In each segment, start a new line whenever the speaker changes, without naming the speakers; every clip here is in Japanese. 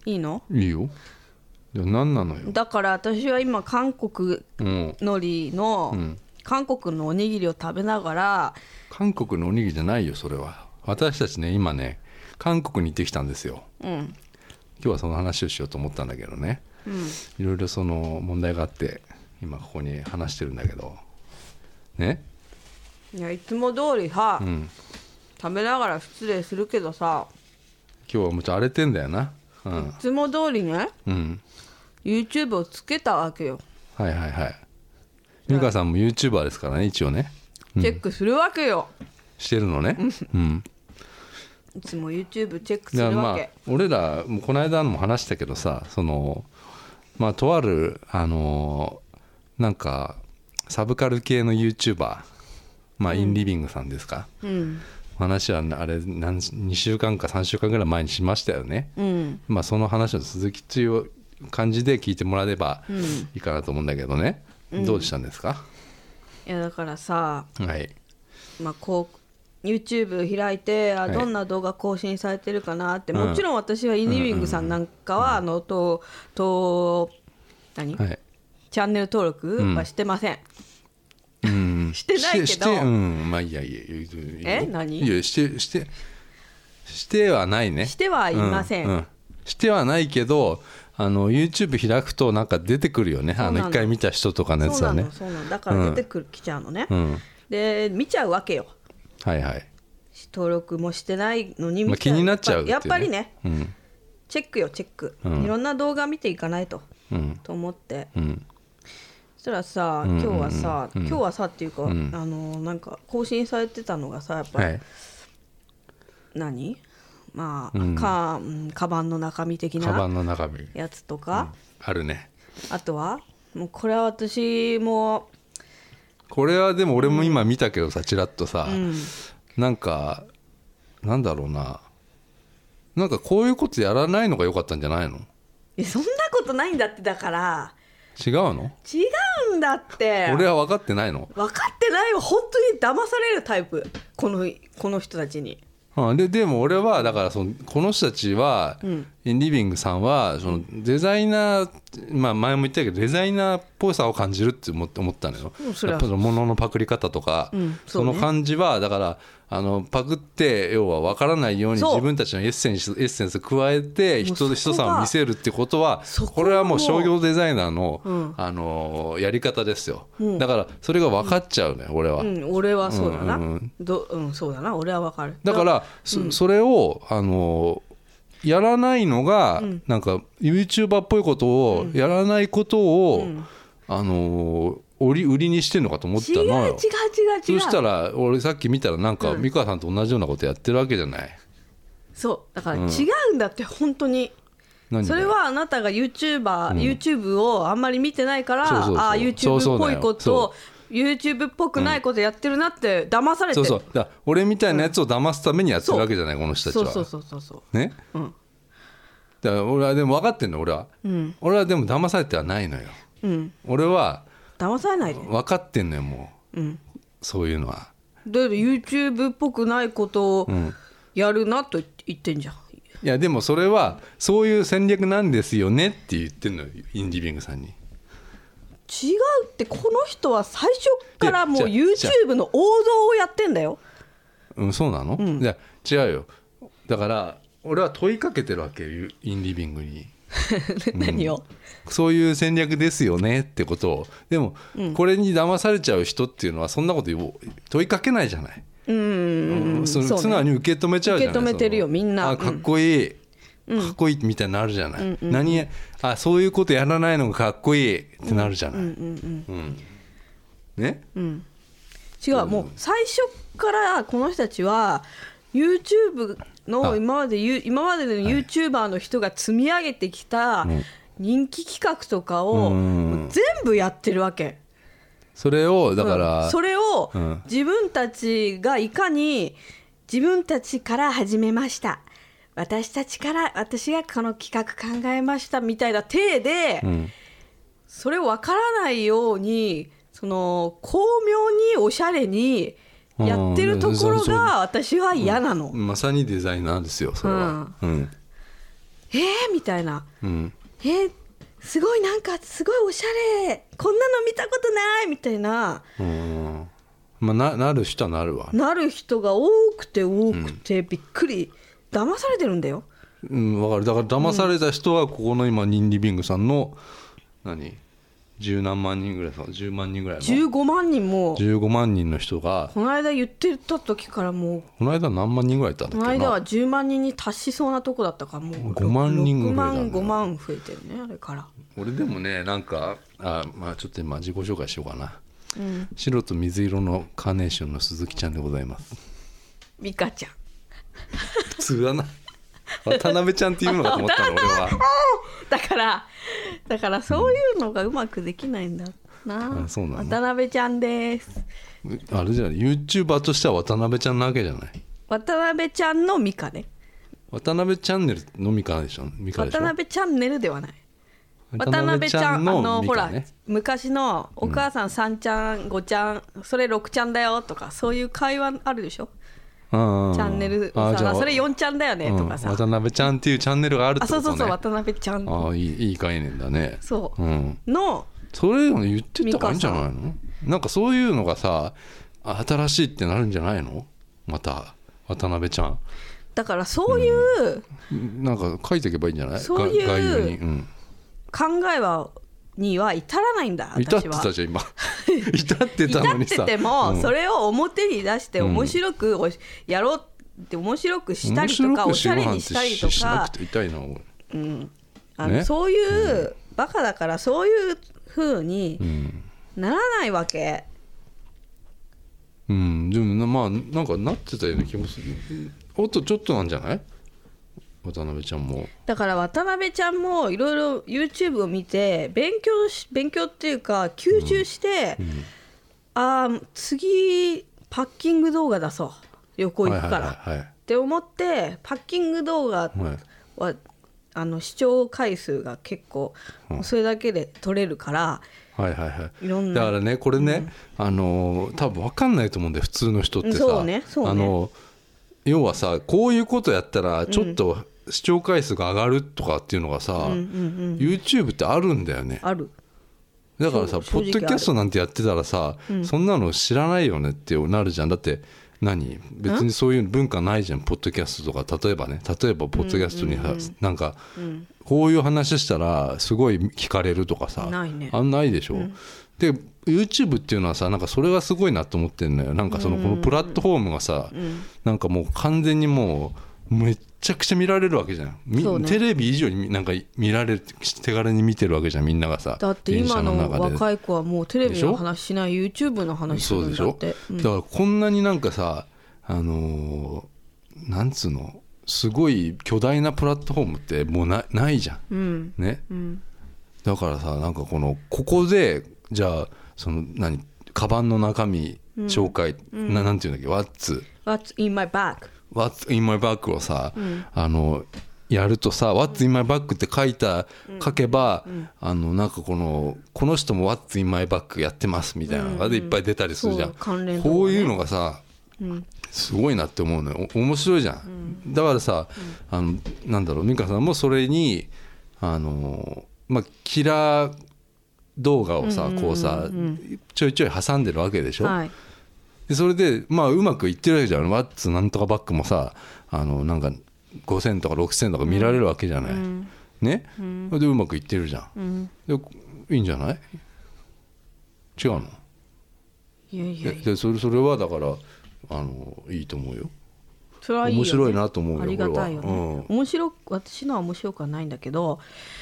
いいの？
いいよ。いや何なのよ。
だから私は今韓国海苔の、韓国のおにぎりを食べながら。
韓国のおにぎりじゃないよそれは。私たちね今ね韓国に行ってきたんですよ、今日はその話をしようと思ったんだけどね、いろいろその問題があって今ここに話してるんだけどね。
いやいつも通りさ、食べながら失礼するけどさ、
今日はもうちょっと荒れてんだよな、
いつも通りね、YouTube をつけたわけよ。
はいはいはい。美香さんも YouTuber ですからね一応ね、
チェックするわけよ、
してるのね、
いつも YouTube チェックするわけ。
俺らもこの間も話したけどさ、そのとあるなんかサブカル系の YouTuber、インリビングさんですか、話はあれ2週間か3週間ぐらい前にしましたよね、その話の続きという感じで聞いてもらえればいいかなと思うんだけどね、どうしたんですか？
いやだからさ、
はい、
こうYouTube 開いてどんな動画更新されてるかなって、もちろん私はインリビングさんなんかはチャンネル登録はしてません、してないけど、
いやいや
何？
いやしてはないね。
してはいません、
してはないけどYouTube 開くとなんか出てくるよね、一回見た人とかのやつはね。
そうなのだから出てくる、きちゃうのね、で見ちゃうわけよ。
はいはい。
登録もしてないのに見ちゃう、
気になっちゃうっていうね、
やっぱりね、チェックよチェック、いろんな動画見ていかないと、と思って、そしたらさ、今日はさっていうか、なんか更新されてたのがさ、やっぱり、何カバンの中身的なやつとか、
あるね。
あとはもうこれは私も
これはでも俺も今見たけどさ、ちらっとさ、なんかなんだろうな、なんかこういうことやらないのが良かったんじゃないの？
そんなことないんだって。だから
違うの？
違うんだって。
俺は分かってないの？
分かってないよ、本当に騙されるタイプ、この人たちに。
でも俺はだからこの人たちは、インリビングさんはそのデザイナー、前も言ったけどデザイナーっぽさを感じるって思ったのよ。やっぱり物のパクり方とか、その感じはだからパクって要は分からないように自分たちのエッセンス加えて人さんを見せるってことは、これはもう商業デザイナーの、やり方ですよ、だからそれが分かっちゃうね、俺は。
俺はそうだな、そうだな、俺は分かる。
だからそれをやらないのが、なんか YouTuber っぽいことをやらないことを、売りにしてんのかと思ったのよ。
違う。
そしたら俺さっき見たらなんか美川さんと同じようなことやってるわけじゃない。
そうだから違うんだって、本当に。それはあなたが YouTube をあんまり見てないから、YouTube っぽいことをYouTube っぽくないことやってるなって騙されてる。
だから俺みたいなやつを騙すためにやってるわけじゃない、この人たちは。そうね、だから俺はでも分かってんの、俺はでも騙されてはないのよ、俺は
騙されないで
分かってんのよ、もう、そういうのは。
だって YouTube っぽくないことをやるなと言ってんじゃん。
いやでもそれはそういう戦略なんですよねって言ってんのよ、インリビングさんに。
違うって、この人は最初からもう YouTube の王道をやってんだよ。
そうなの？いや違うよ、だから俺は問いかけてるわけよ、インリビングに
何を、
そういう戦略ですよねってことを。でも、これに騙されちゃう人っていうのはそんなこと問いかけないじゃない。素直に受け止めちゃうじゃない。
受け止めてるよみんな。
かっこいい、かっこいいみたいになるじゃない、そういうことやらないのがかっこいいってなるじゃない。ね、
違う、もう最初からこの人たちは YouTube の今までの YouTuber の人が積み上げてきた人気企画とかを全部やってるわけ。
それをだから、
それを自分たちがいかに自分たちから始めました、私がこの企画考えましたみたいな体で、それを分からないように巧妙におしゃれにやってるところが私は嫌なの。
まさにデザイナーですよ、それは。
みたいな、
うん、
すごいなんかすごいおしゃれ、こんなの見たことないみたいな、
まあ、なる人はなるわ、
なる人が多くてびっくり、騙されてるんだよ。
分かる。だから騙された人はここの今ニンリビングさんの十何万人ぐらい、10万人ぐらいの
15万人も
15万人の人が
この間言ってた時からもう、
この間何万人ぐらいいたんだっけな。
この間は10万人に達しそうなとこだったから、もう
5万人ぐらいだね。
5万増えてるね、あれから。
俺でもね、なんかまあちょっと今自己紹介しようかな、白と水色のカーネーションの鈴木ちゃんでございます。
ミカちゃん
普通だな渡辺ちゃんっていうのかと思ったの俺は
だからそういうのがうまくできないんだな。
そうなの。
渡辺ちゃんです。
あれじゃない、 YouTuber としては渡辺ちゃんなわけじゃない。
渡辺ちゃんのミカね。
渡辺チャンネルのミカでしょ。
渡辺チャンネルではない。渡辺ちゃんのほら昔のお母さん3ちゃん5ちゃんそれ6ちゃんだよとか、そういう会話あるでしょ。チャンネルさ、それ4ちゃんだよねとかさ、
渡辺ちゃんっていうチャンネルがあるってことね。
そう渡辺ちゃん。
いい概念だね。
そう、の
それ言ってった方がいいんじゃないの。なんかそういうのがさ、新しいってなるんじゃないの。また渡辺ちゃん
だからそういう、
なんか書いていけばいいんじゃない。
そういう
概要に、
考えには至らないんだ。
至ってたじゃん今至ってたのにさ、
至ってても、それを表に出して面白くやろうって面白くしたりとか、おしゃれにしたりとか、そういうバカだから、そういう風にならないわけ。
でもまあなんかなってたような気もする。あとちょっとなんじゃない、渡辺ちゃんも。だ
から渡辺ちゃんもいろいろ YouTube を見て勉強っていうか吸収して、次パッキング動画出そう、旅行行くからって思って、パッキング動画は、視聴回数が結構、それだけで撮れるから、いろんな。
だからねこれね、多分分かんないと思うんだよ普通の人ってさ。
そうね
要はさ、こういうことやったらちょっと視聴回数が上がるとかっていうのがさ、YouTube ってあるんだよね。
ある。
だからさ、ポッドキャストなんてやってたらさ、そんなの知らないよねってなるじゃん。だって別にそういう文化ないじゃん、ポッドキャストとか。例えばポッドキャストになんかこういう話したらすごい聞かれるとかさ、ないでしょ。で YouTube っていうのはさ、なんかそれがすごいなと思ってんのよ。なんかこのプラットフォームがさ、なんかもう完全にもうめっちゃくちゃ見られるわけじゃん、テレビ以上になんか見られる、手軽に見てるわけじゃんみんながさ。
だって今の若い子はもうテレビの話しない、 YouTube の話するんだって。
だからこんなになんかさ、なんつうの、すごい巨大なプラットフォームってもうないじゃん、ね、だからさ、なんかここでじゃあカバンの中身紹介、なんていうんだっけ、
What's in my bag、What's
in my bag をさ、やるとさ、What's in my bag って書けば、なんかこの人も What's in my bag やってますみたいなのがいっぱい出たりするじゃん、こういうのがさ、すごいなって思うのよ。面白いじゃん、だからさ、なんだろう、美香さんもそれにキラー動画をさ、こうさ、ちょいちょい挟んでるわけでしょ、でそれでうまくいってるわけじゃん。ワッツなんとかバッグもさ、なんか5000とか6000とか見られるわけじゃない、ね、でうまくいってるじゃん、でいいんじゃない。違うの。でそれはだからいいと思うよ。
それはいいよね、
面白いなと思うよ。
ありがたいよね、私のは面白くはないんだけど、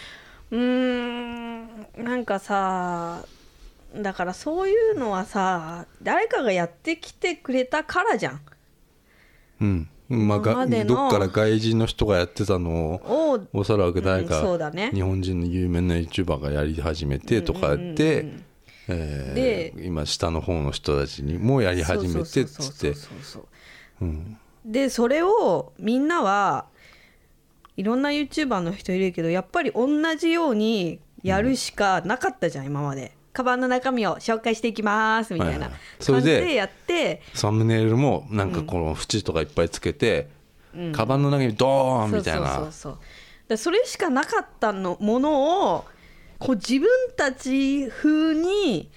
なんかさ、だからそういうのはさ、誰かがやってきてくれたからじゃん。
どっから外人の人がやってたのをおそらく誰か、日本人の有名な YouTuber がやり始めてとかで、今下の方の人たちにもやり始めてっつって、でそれをみんなはいろんな YouTuber の人いるけど、やっぱり同じようにやるしかなかったじゃん、今まで。カバンの中身を紹介していきますみたいな感じでやって、 サムネイルもなんかこの縁とかいっぱいつけて、カバンの中身ドーンみたいな。
でそれしかなかったものをこう自分たち風に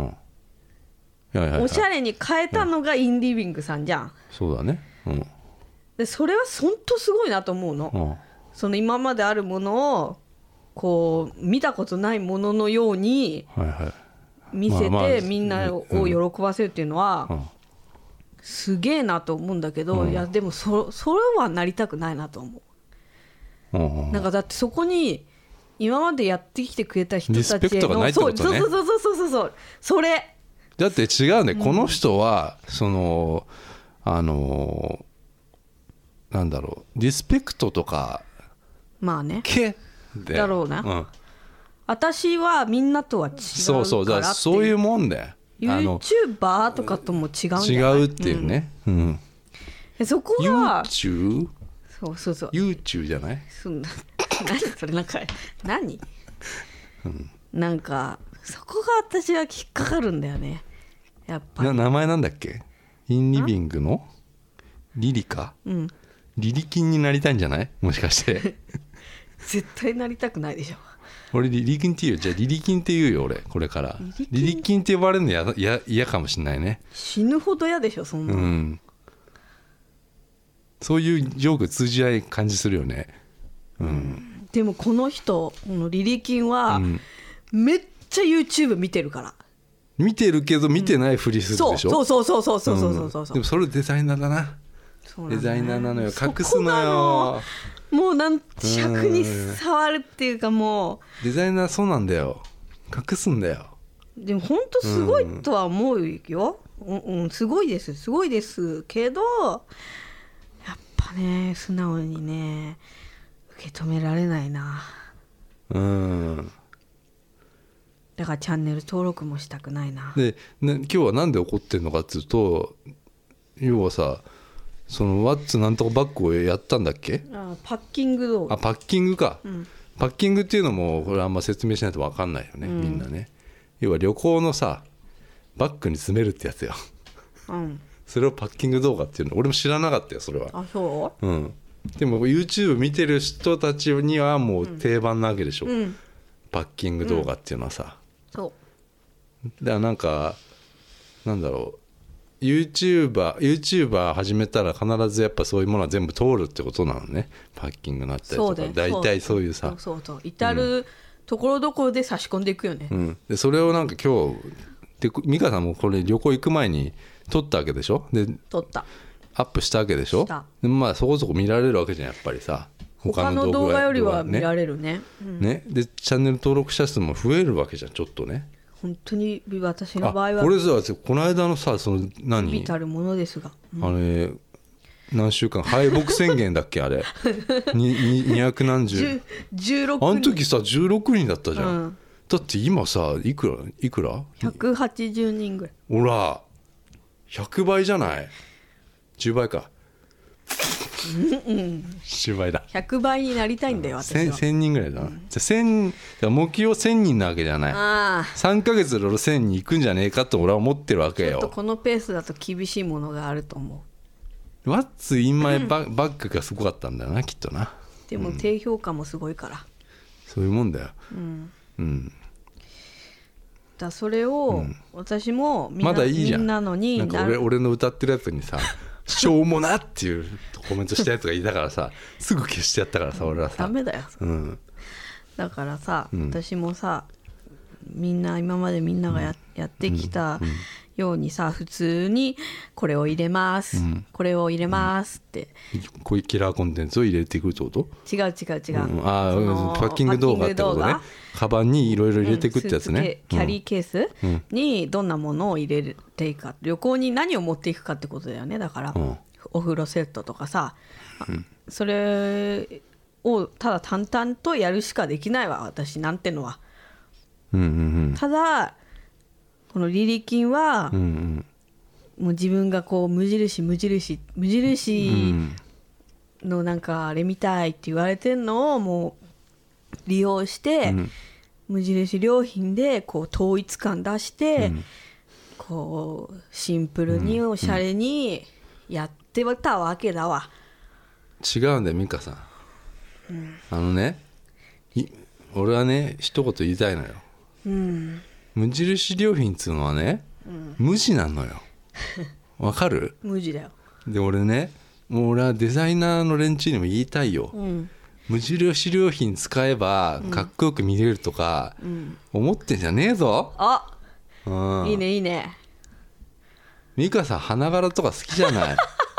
おしゃれに変えたのがインリビングさんじゃん。
そうだね、
でそれは本当すごいなと思うの、その今まであるものをこう見たことないもののように見せてみんなを喜ばせるっていうのはすげえなと思うんだけど、いやでもそれはなりたくないなと思う。なんかだってそこに今までやってきてくれた人たちへのリスペクトがないってことね。そうそれ
だって違うね、この人はそのなんだろう、リスペクトとか
まあね
だ
ろうな、私はみんなとは違うからって、
そういうもんだよ。
YouTuber とかとも違うんじゃない？
違うっていうね、
そこは
YouTube？
そう
YouTube じゃない？
何それ何、なんかそこが私は引っかかるんだよね、やっぱり。
名前なんだっけ？インリビングのリリカ？リリキンになりたいんじゃない？もしかして
絶対なりたくないでしょ。
俺リリキンって言うよ。じゃあリリキンって言うよ俺これから。リリキンって呼ばれるの嫌かもしれないね。
死ぬほど嫌でしょそんな、
そういうジョーク通じない感じするよね、
でもこの人このリリキンは、めっちゃ YouTube 見てるから。
見てるけど見てないふりするでしょ、
そう
でもそれデザイナーだな。デザイナーなのよ。隠すのよ。
もう尺に触るっていうか、も
うデザイナーそうなんだよ、隠すんだよ。
でも本当すごいとは思うよ、すごいですけど、やっぱね素直にね受け止められないな。だからチャンネル登録もしたくないな。
で今日はなんで怒ってるのかっていうと、要はさ、そのワッツなんとかバッグをやったんだっけ？
パッキング動画。
パッキングか、パッキングっていうのもこれあんま説明しないと分かんないよね、みんなね。要は旅行のさバッグに詰めるってやつよ、それをパッキング動画っていうの俺も知らなかったよそれは。
あ、そう？
でも YouTube 見てる人たちにはもう定番なわけでしょ、パッキング動画っていうのはさ、
そう
だからなんだろう、YouTuber 始めたら必ずやっぱそういうものは全部通るってことなのね。パッキングになったりとか大体そういうさ、
至るところどころで差し込んでいくよね、
でそれをなんか今日で美香さんもこれ旅行行く前に撮ったわけでしょ。で
撮った
アップしたわけでしょ。でまあそこそこ見られるわけじゃんやっぱりさ。
他の動画よりは見られるね。
でチャンネル登録者数も増えるわけじゃんちょっとね。
本当に私の場合は
これさこの間のさその何
ビタるものですが、
あれ何週間敗北宣言だっけあれ200何十
16人
あの時さ16人だったじゃん、だって今さいくら
180人ぐらい。
ほら100倍じゃない10倍か10倍だ。
100倍になりたいんだよ私は。
1000人ぐらいだな、じゃあ目標1000人なわけじゃない。3ヶ月で俺1000人いくんじゃねえかって俺は思ってるわけよ。
ちょっとこのペースだと厳しいものがあると思
う。What's in my bag がすごかったんだよなきっとな。
でも低評価もすごいから、
そういうもんだよ。
だそれを私もみんなのに
なんか俺の歌ってるやつにさしょうもなっていうコメントしたやつがいたからさすぐ消してやったからさ俺はさ
ダメだよ、だからさ、私もさ今までみんなが やってきたようにさ、普通にこれを入れます、これを入れますって、
こういうキラーコンテンツを入れていくってこと？
違う、パ
ッキング動画ってことね。カバンにいろいろ入れていくってやつね、
キャリーケースにどんなものを入れていくか、旅行に何を持っていくかってことだよね。だから、お風呂セットとかさ、それをただ淡々とやるしかできないわ私なんてのは。ただこのリリキンは、もう自分がこう無印のなんかあれみたいって言われてんのをもう利用して、無印良品でこう統一感出して、こうシンプルにおしゃれにやってたわけだわ。
違うんだよ美香さん。 俺はね一言言いたいのよ、無印良品っつうのはね、無地なのよ。わかる？
無地だよ。
で俺ね、もう俺はデザイナーの連中にも言いたいよ、無印良品使えばかっこよく見れるとか思ってんじゃねえぞ。
いいねいいね。
美香さん花柄とか好きじゃない？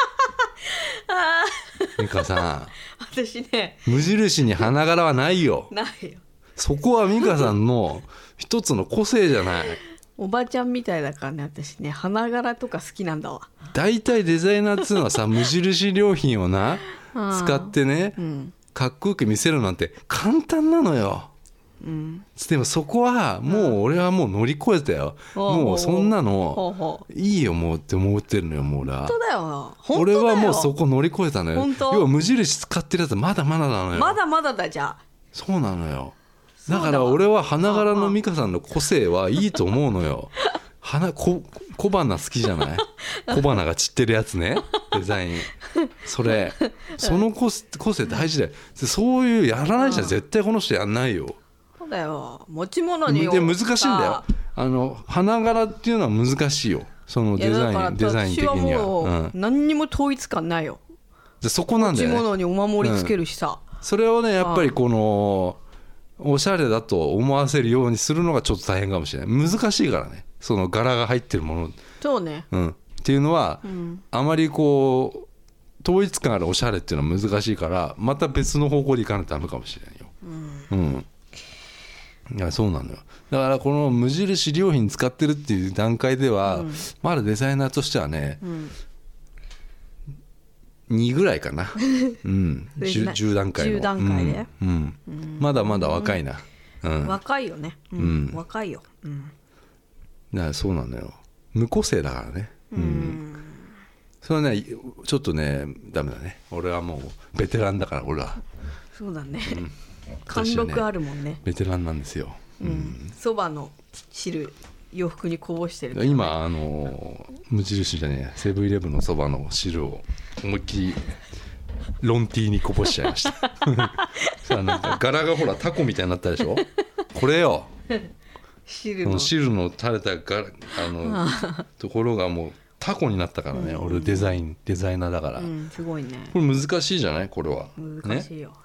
美香さん、
私ね、
無印に花柄はないよ。
ないよ。
そこは美香さんの一つの個性じゃない。
おばちゃんみたいだからね、私ね、花柄とか好きなんだわ。
大体デザイナーっつうのはさ、無印良品をな使ってね、かっこよく見せるなんて簡単なのよ。でもそこはもう俺はもう乗り越えたよ。もうそんなのいいよもうって思ってるのよ、もう俺は。
本当だよ。
俺はもうそこ乗り越えたのよ。要は無印使ってるやつまだまだなのよ。
まだまだだ。じゃあ
そうなのよ。だから俺は花柄の美香さんの個性はいいと思うのよ。小花好きじゃない？小花が散ってるやつね、デザイン。その個性大事だよ。そういうやらないじゃん、絶対この人やんないよ。
そうだよ、持ち物に
で難しいんだよ。花柄っていうのは難しいよ、そのデザイン的には。
私はもう何にも統一感ないよ。
そこなんだよね。
持ち物にお守りつけるしさ、
それをねやっぱりこのおしゃれだと思わせるようにするのがちょっと大変かもしれない。難しいからね、その柄が入ってるもの。
そうね、
っていうのは、あまりこう統一感あるおしゃれっていうのは難しいから、また別の方向でいかないとダメかもしれないよ。いやそうなのよ。だからこの無印良品使ってるっていう段階では、まだデザイナーとしてはね、2ぐらいかな。10段階の。
10段階で、
まだまだ若いな。
若いよね。若いよ。
だからそうなのよ。無個性だからね。それはねちょっとねダメだね。俺はもうベテランだから。俺は
そうだね、貫禄あるもんね。
ベテランなんですよ。
そばの汁洋服にこぼしてる、
今無印じゃねえ、セブンイレブンのそばの汁を思いっきりロンティーにこぼしちゃいました。さあなんか柄がほらタコみたいになったでしょ。これよ、汁の垂れたところがもうタコになったからね。俺デザイナーだから、
すごいね。
これ難しいじゃない？これは
難しいよ、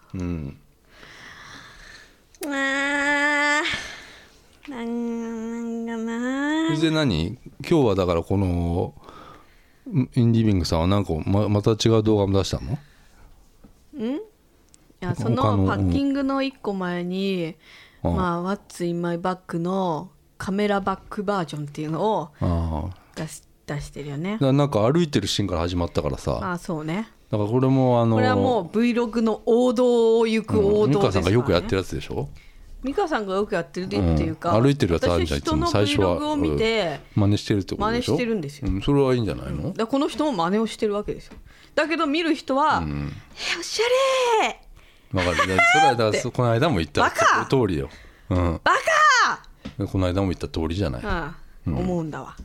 なんかな。
それで何？今日はだからこのインディビングさんはなんか また違う動画も出したの？
いや、そのパッキングの1個前に、What's in my bag のカメラバッグバージョンっていうのを出してるよね。
なんか歩いてるシーンから始まったからさ。
そうね。
だからこれも
これはもう Vlog の王道を行く王道ですからね。
美香さんがよくやってるやつでしょ。
美香さんがよくやってるっていうか、
歩いてるやつあるじゃん。いつも最初は
私人の Vlog を見て
真似してるってことでしょ。
真似してるんですよ。
それはいいんじゃないの？
だこの人も真似をしてるわけですよ。だけど見る人は、おしゃれ
ー。わかる。それはだからこの間も言った通りよ。
バカ。
この間も言った通りじゃない。
思うんだわ。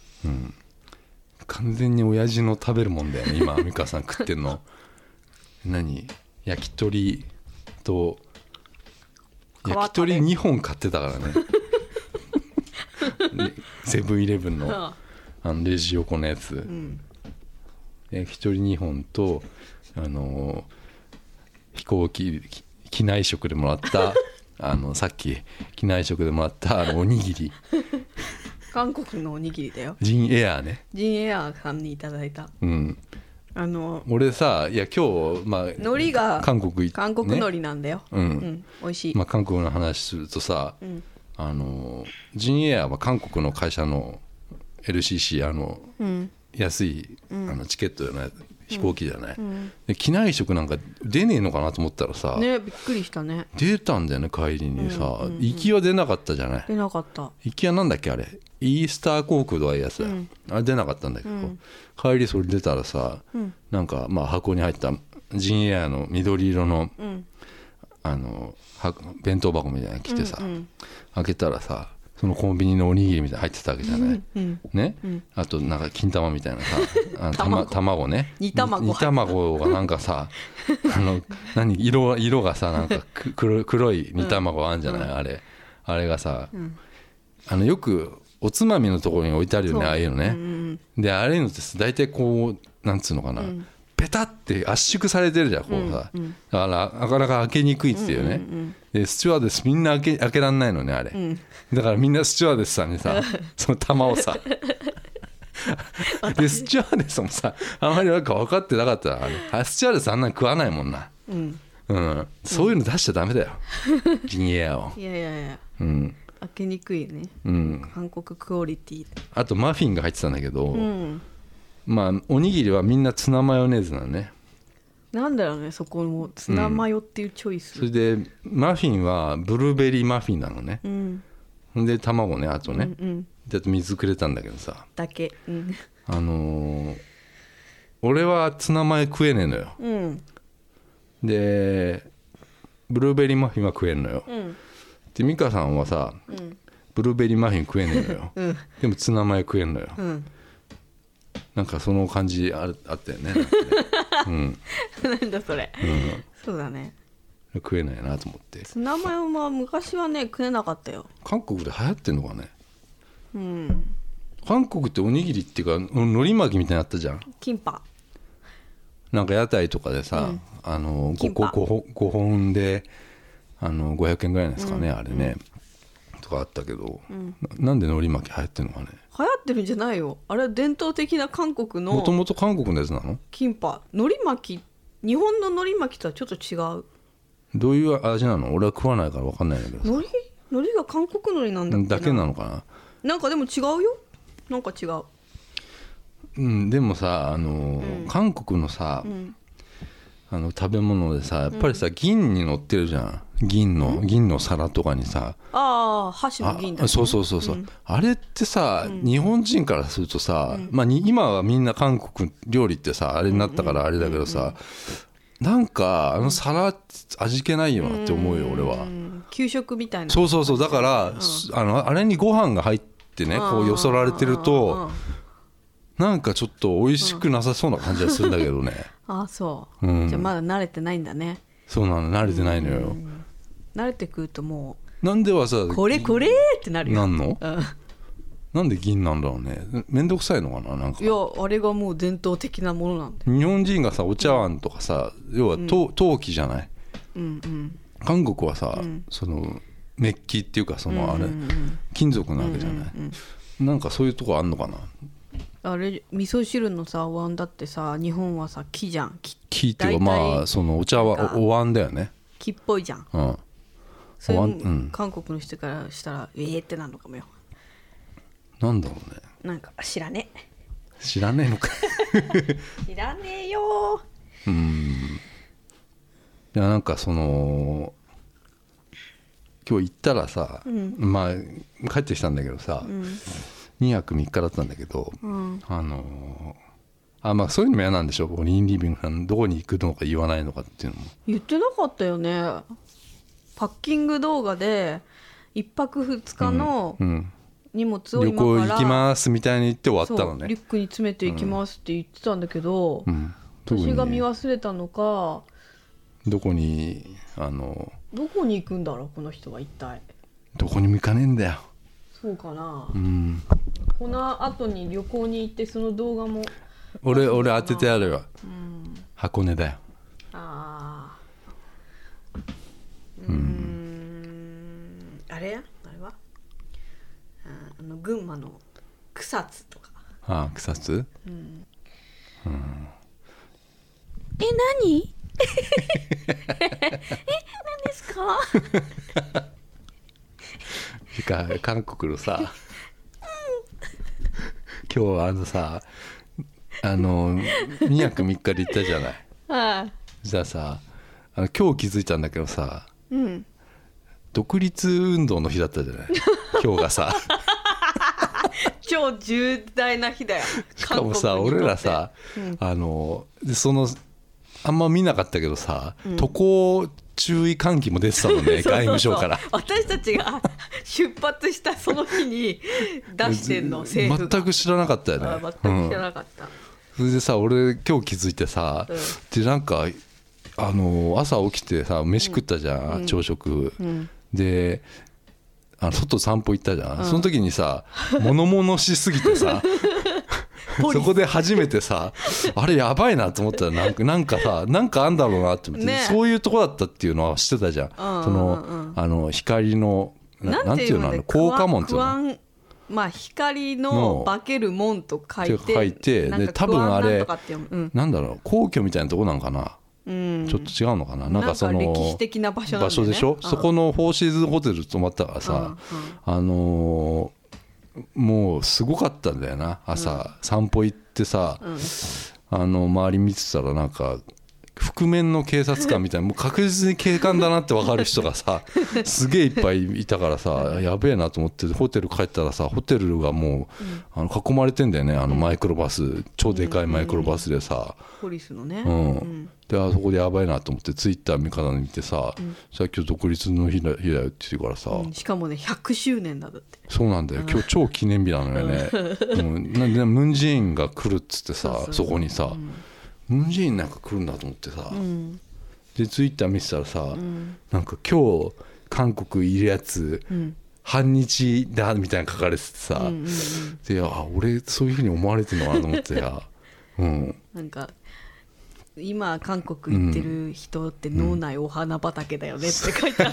完全に親父の食べるもんだよね。今美香さん食ってんの。何？焼き鳥と焼き鳥2本買ってたからね。セブンイレブンのレジ横のやつ、焼き鳥2本と飛行機機内食でもらったさっき機内食でもらったおにぎり。
韓国のおにぎりだよ。
ジンエアーね。
ジンエアーさんにいただいた。
俺さ、いや今日
海苔が
韓国行って、
韓国海苔なんだよ。美味しい。
韓国の話するとさ、ジンエアは韓国の会社の LCC 安いチケットの飛行機じゃない。で機内食なんか出ねえのかなと思ったらさ、
ね、びっくりしたね。
出たんだよね。帰りにさ、行きは出なかったじゃない。
出なかった。
行きはなんだっけあれ、イースター航空とかいうやつだよ、あれ出なかったんだけど、帰りそれ出たらさ、なんか箱に入ったジンエアの緑色の、弁当箱みたいなの来てさ、開けたらさ、そのコンビニのおにぎりみたいなの入ってたわけじゃない、ね、あとなんか金玉みたいなさ卵ね、煮卵がなんかさ色がさなんか黒い煮卵あんじゃない、あれがさ、よくおつまみのところに置いてあるよね、ああいうのね、であれのって大体こうなんつうのかな、ペタって圧縮されてるじゃんこうさ、だからなかなか開けにくいっていうね、でスチュワーデスみんな開けらんないのねあれ、だからみんなスチュワーデスさんにさその玉をさでスチュワーデスもさあまりなんか分かってなかったらスチュワーデスあんなに食わないもんな、そういうの出しちゃダメだよ、ジニエアを。
いや、開けにくいね、韓国クオリティ。
あとマフィンが入ってたんだけど、まあおにぎりはみんなツナマヨネーズなのね。
なんだろうね、そこもツナマヨっていうチョイス、
それでマフィンはブルーベリーマフィンなのね、で卵ね、あとね、であと水くれたんだけどさ
だけ、
俺はツナマヨ食えねえのよ、でブルーベリーマフィンは食えんのよ、で美香さんはさ、ブルーベリーマフィン食えねえのよ、でもツナマヨ食えんのよ、なんかその感じあったよね、
なんだそれ、そうだね、
食えないなと思って。
ツナマヨは昔はね食えなかったよ。
韓国で流行ってんのかね、韓国っておにぎりっていうか海苔巻きみたいになったじゃん、
キンパ、
なんか屋台とかでさ、5本で500円ぐらいですかね、あれね、とかあったけど、なんで海苔巻き流行ってんのかね。
流行ってるんじゃないよ、あれは伝統的な韓国の
もともと韓国のやつなの。
キンパ、海苔巻き、日本の海苔巻きとはちょっと違う。
どういう味なの、俺は食わないから分かんないんだけど。
海苔が韓国海苔なんだっけな、
だけなのかな。
なんかでも違うよ、なんか違う。
でもさ韓国のさ、食べ物でさやっぱりさ、銀に乗ってるじゃん、銀の皿とかにさ、
箸も銀だね。
そう、あれってさ、日本人からするとさ、今はみんな韓国料理ってさあれになったからあれだけどさ、なんか皿味気ないよなって思うよ、俺は。
給食みたいな。
そうだから、あれにご飯が入ってねこうよそられてると、なんかちょっと美味しくなさそうな感じがするんだけどね。
そう、じゃあまだ慣れてないんだね。
そうなの、慣れてないのよ、
慣れてくるとも
うなんではさ
これってなるよ。
なんの、なんで銀なんだろうね、めんどくさいのかな、なんか。
いやあれがもう伝統的なものなんで、
日本人がさお茶碗とかさ、要は陶器じゃない、韓国はさ、そのメッキっていうかそのあれ、金属なわけじゃない、なんかそういうとこあんのかな。
あれ味噌汁のさお椀だってさ、日本はさ木じゃん、
木っていうかそのお茶はお椀だよね、
木っぽいじゃん、それ韓国の人からしたらってなるのかもよ。
なんだろうね、
なんか知らね
えのか
知らねえよ。
いやなんかその今日行ったらさ、帰ってきたんだけどさ、2泊3日だったんだけど、そういうのも嫌なんでしょ、インリビングさんどこに行くのか言わないのかっていうのも
言ってなかったよね。パッキング動画で1泊2日の荷物を今から
旅行行きますみたいに言って終わったのね。
リュックに詰めていきますって言ってたんだけど、私が見忘れたのか、
どこに
行くんだろうこの人は一体。
どこにも行かねえんだよ。
そうかな、この後に旅行に行ってその動画も
俺当ててやるよ、箱根だよ。
あれは群馬の草津とか。
草津、
何何ですか
韓国のさ、今日はさ2泊3日で行ったじゃない。じゃあさ今日気づいたんだけどさ、独立運動の日だったじゃない今日がさ
超重大な日だよ。
しかもさ俺らさ、でそのあんま見なかったけどさ、渡航注意喚起も出てたのね外務省から。
私たちが出発したその日に出してんの政府が。
全く知らなかったよね。
全く知らなかった、
それでさ俺今日気づいてさ、でなんか朝起きてさ飯食ったじゃん、朝食、で外散歩行ったじゃん、その時にさ物々しすぎてさそこで初めてさあれやばいなと思ったらなんかさなんかあんだろうなって思って、ね、そういうとこだったっていうのは知ってたじゃん、その光のなんていうの効果門っていうの、
まあ、光の化ける門と書いて
で多分あれなんだろう皇居みたいなとこなんかな、ちょっと違うのかな、なんかその
歴史的な場所なんだよね、
場所でしょ、そこのフォーシーズンホテル泊まったからさ、もうすごかったんだよな、朝、散歩行ってさ、周り見てたらなんか覆面の警察官みたいな、もう確実に警官だなって分かる人がさすげえいっぱいいたからさ、やべえなと思ってホテル帰ったらさ、ホテルがもう囲まれてんだよね、マイクロバス、超でかいマイクロバスでさ、
ポリスのね、
であそこでやばいなと思ってツイッター見方見てさ、さっき独立の日だよって言ってるからさ、
しかもね100周年だって。
そうなんだよ、今日超記念日なのよね、なんでムンジェインが来るっつってさ、そこにさ、ムンジェインなんか来るんだと思ってさ、でツイッター見てたらさ、なんか今日韓国いるやつ、反日だみたいな書かれててさ、で俺そういうふうに思われてるのかなと思ってや、
なんか今韓国行ってる人って脳内お花畑だよねって書いてあった、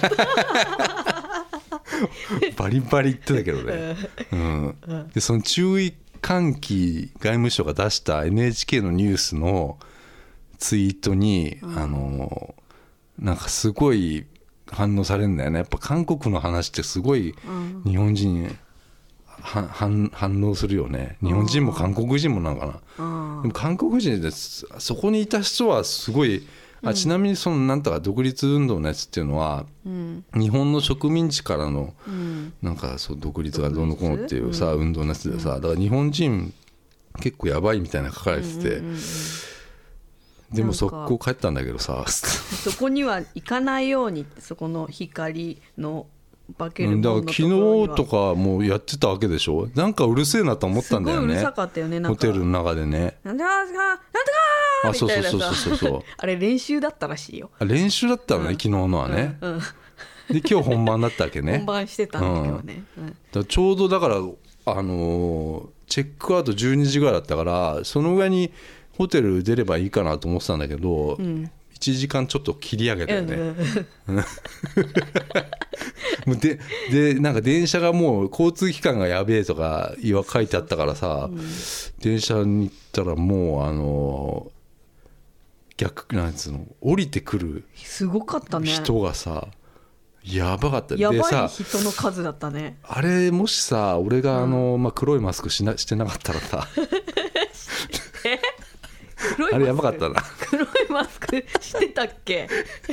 バリバリ言ってたけどね、でその注意喚起外務省が出した NHK のニュースのツイートに、なんかすごい反応されるんだよね、やっぱ韓国の話ってすごい日本人反応するよね、日本人も韓国人もなんかな、でも韓国人でそこにいた人はすごい、ちなみにそのなんとか独立運動のやつっていうのは、日本の植民地からのなんかそう独立がどうのこうのっていうさ、運動のやつでさ、だから日本人結構やばいみたいな書かれてて、でも速攻帰ったんだけどさ
そこには行かないようにって、そこの光の化ける門のところには、
だから昨日とかもうやってたわけでしょ、なんかうるせえなと思ったんだよね、
すごいうるさかったよね、なんか
ホテルの中でね、
なんとかなんとかみたいなさ、
そう
あれ練習だったらしいよ、
練習だったのね、昨日のはね、で今日本番だったわけね
本番してたんだけどね、
だからちょうどだからチェックアウト12時ぐらいだったから、その上にホテル出ればいいかなと思ってたんだけど、1時間ちょっと切り上げたよね、でなんか電車がもう交通機関がやべえとか書いてあったからさ、電車に行ったらもう逆なんつうの、降りてくる
すごかったね、
人がさやばかった、
やばい人の数だったね、
あれもしさ俺が黒いマスクしてなかったらさあれやばかったな、
黒いマスクしてたっけ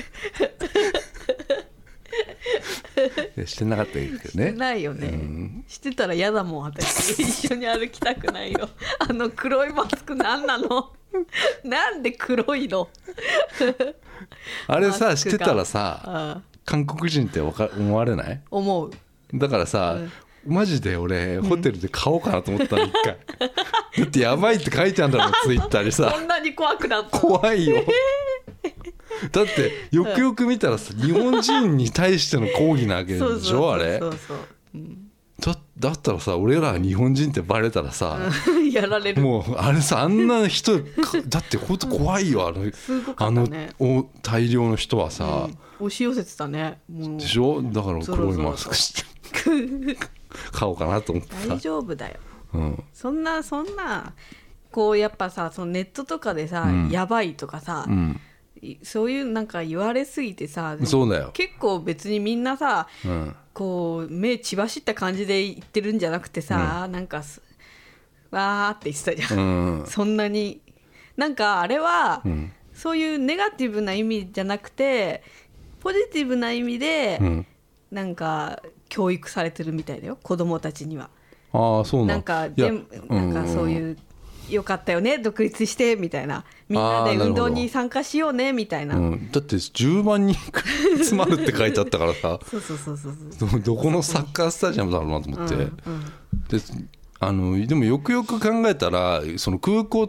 してなかったけどね、
してないよね、してたら嫌だもん私一緒に歩きたくないよ、黒いマスク何なのなんで黒いの
あれさしてたらさ、韓国人って思われない？
思う。
だからさ、マジで俺ホテルで買おうかなと思ったの一回だってやばいって書いてあるんだろツイッターにさ
そんなに怖くなった？
怖いよだってよくよく見たらさ、日本人に対しての抗議なわけでしょあれ。だったらさ、俺ら日本人ってバレたらさ
やられる。
もうあれさ、あんな人だって本当怖いよ、
すごかったね、
大量の人はさ、
押し寄せてたねもう
でしょ。だから黒いマスクして買おうかなと思ってさ。
大丈夫だよ、そんなこうやっぱさ、そのネットとかでさ、やばいとかさ、そういうなんか言われすぎてさ、
そうだよ、
結構別にみんなさ、こう目血走った感じで言ってるんじゃなくてさ、なんかわーって言ってたじゃん、そんなになんかあれは、そういうネガティブな意味じゃなくてポジティブな意味で、なんか教育されてるみたいだよ、子供たちには。
ああ、そう
なんかそういうよかったよね独立してみたいな、みんなで運動に参加しようねみたいな、
だって10万人集まるって書いてあったからさ
そう
どこのサッカースタジアムだろうなと思って、でもよくよく考えたら、その空港着い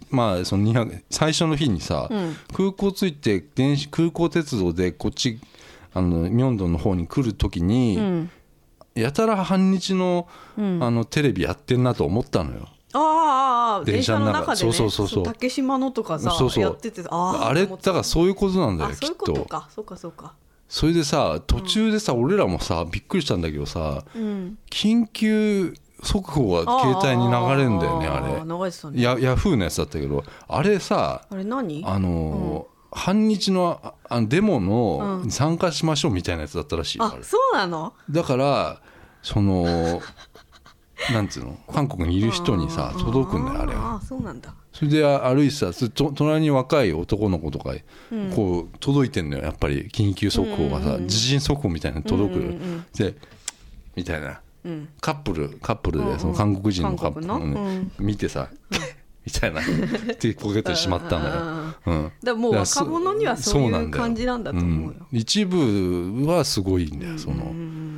まあその最初の日にさ、空港着いて空港鉄道でこっちミョンドンの方に来る時に、やたら半日の、テレビやってんなと思ったのよ。
電車の中でね。
そう
竹島のとかさやってて、
あれだからそういうことなんだよ、きっと。
そういうことか。そうか。
それでさ途中でさ、俺らもさびっくりしたんだけどさ、緊急速報が携帯に流れるんだよね、あれ。ヤフーのやつだったけど、あれさ、
あれ何？
半日のデモの参加しましょうみたいなやつだったらしいよ。
そうなの？
だからそのなんつうの、韓国にいる人にさ届くんだよ、あれは。
そうなんだ。
それで歩いてさ、隣に若い男の子とかこう届いてんのよ、やっぱり緊急速報がさ、地震速報みたいなの届く、でみたいな、カップルでその韓国人のカップル見てさ、みたいなってポケットにしまったんだよ。
だからもう若者にはそういう感じなんだと思うよ。
一部はすごいんだよ、その。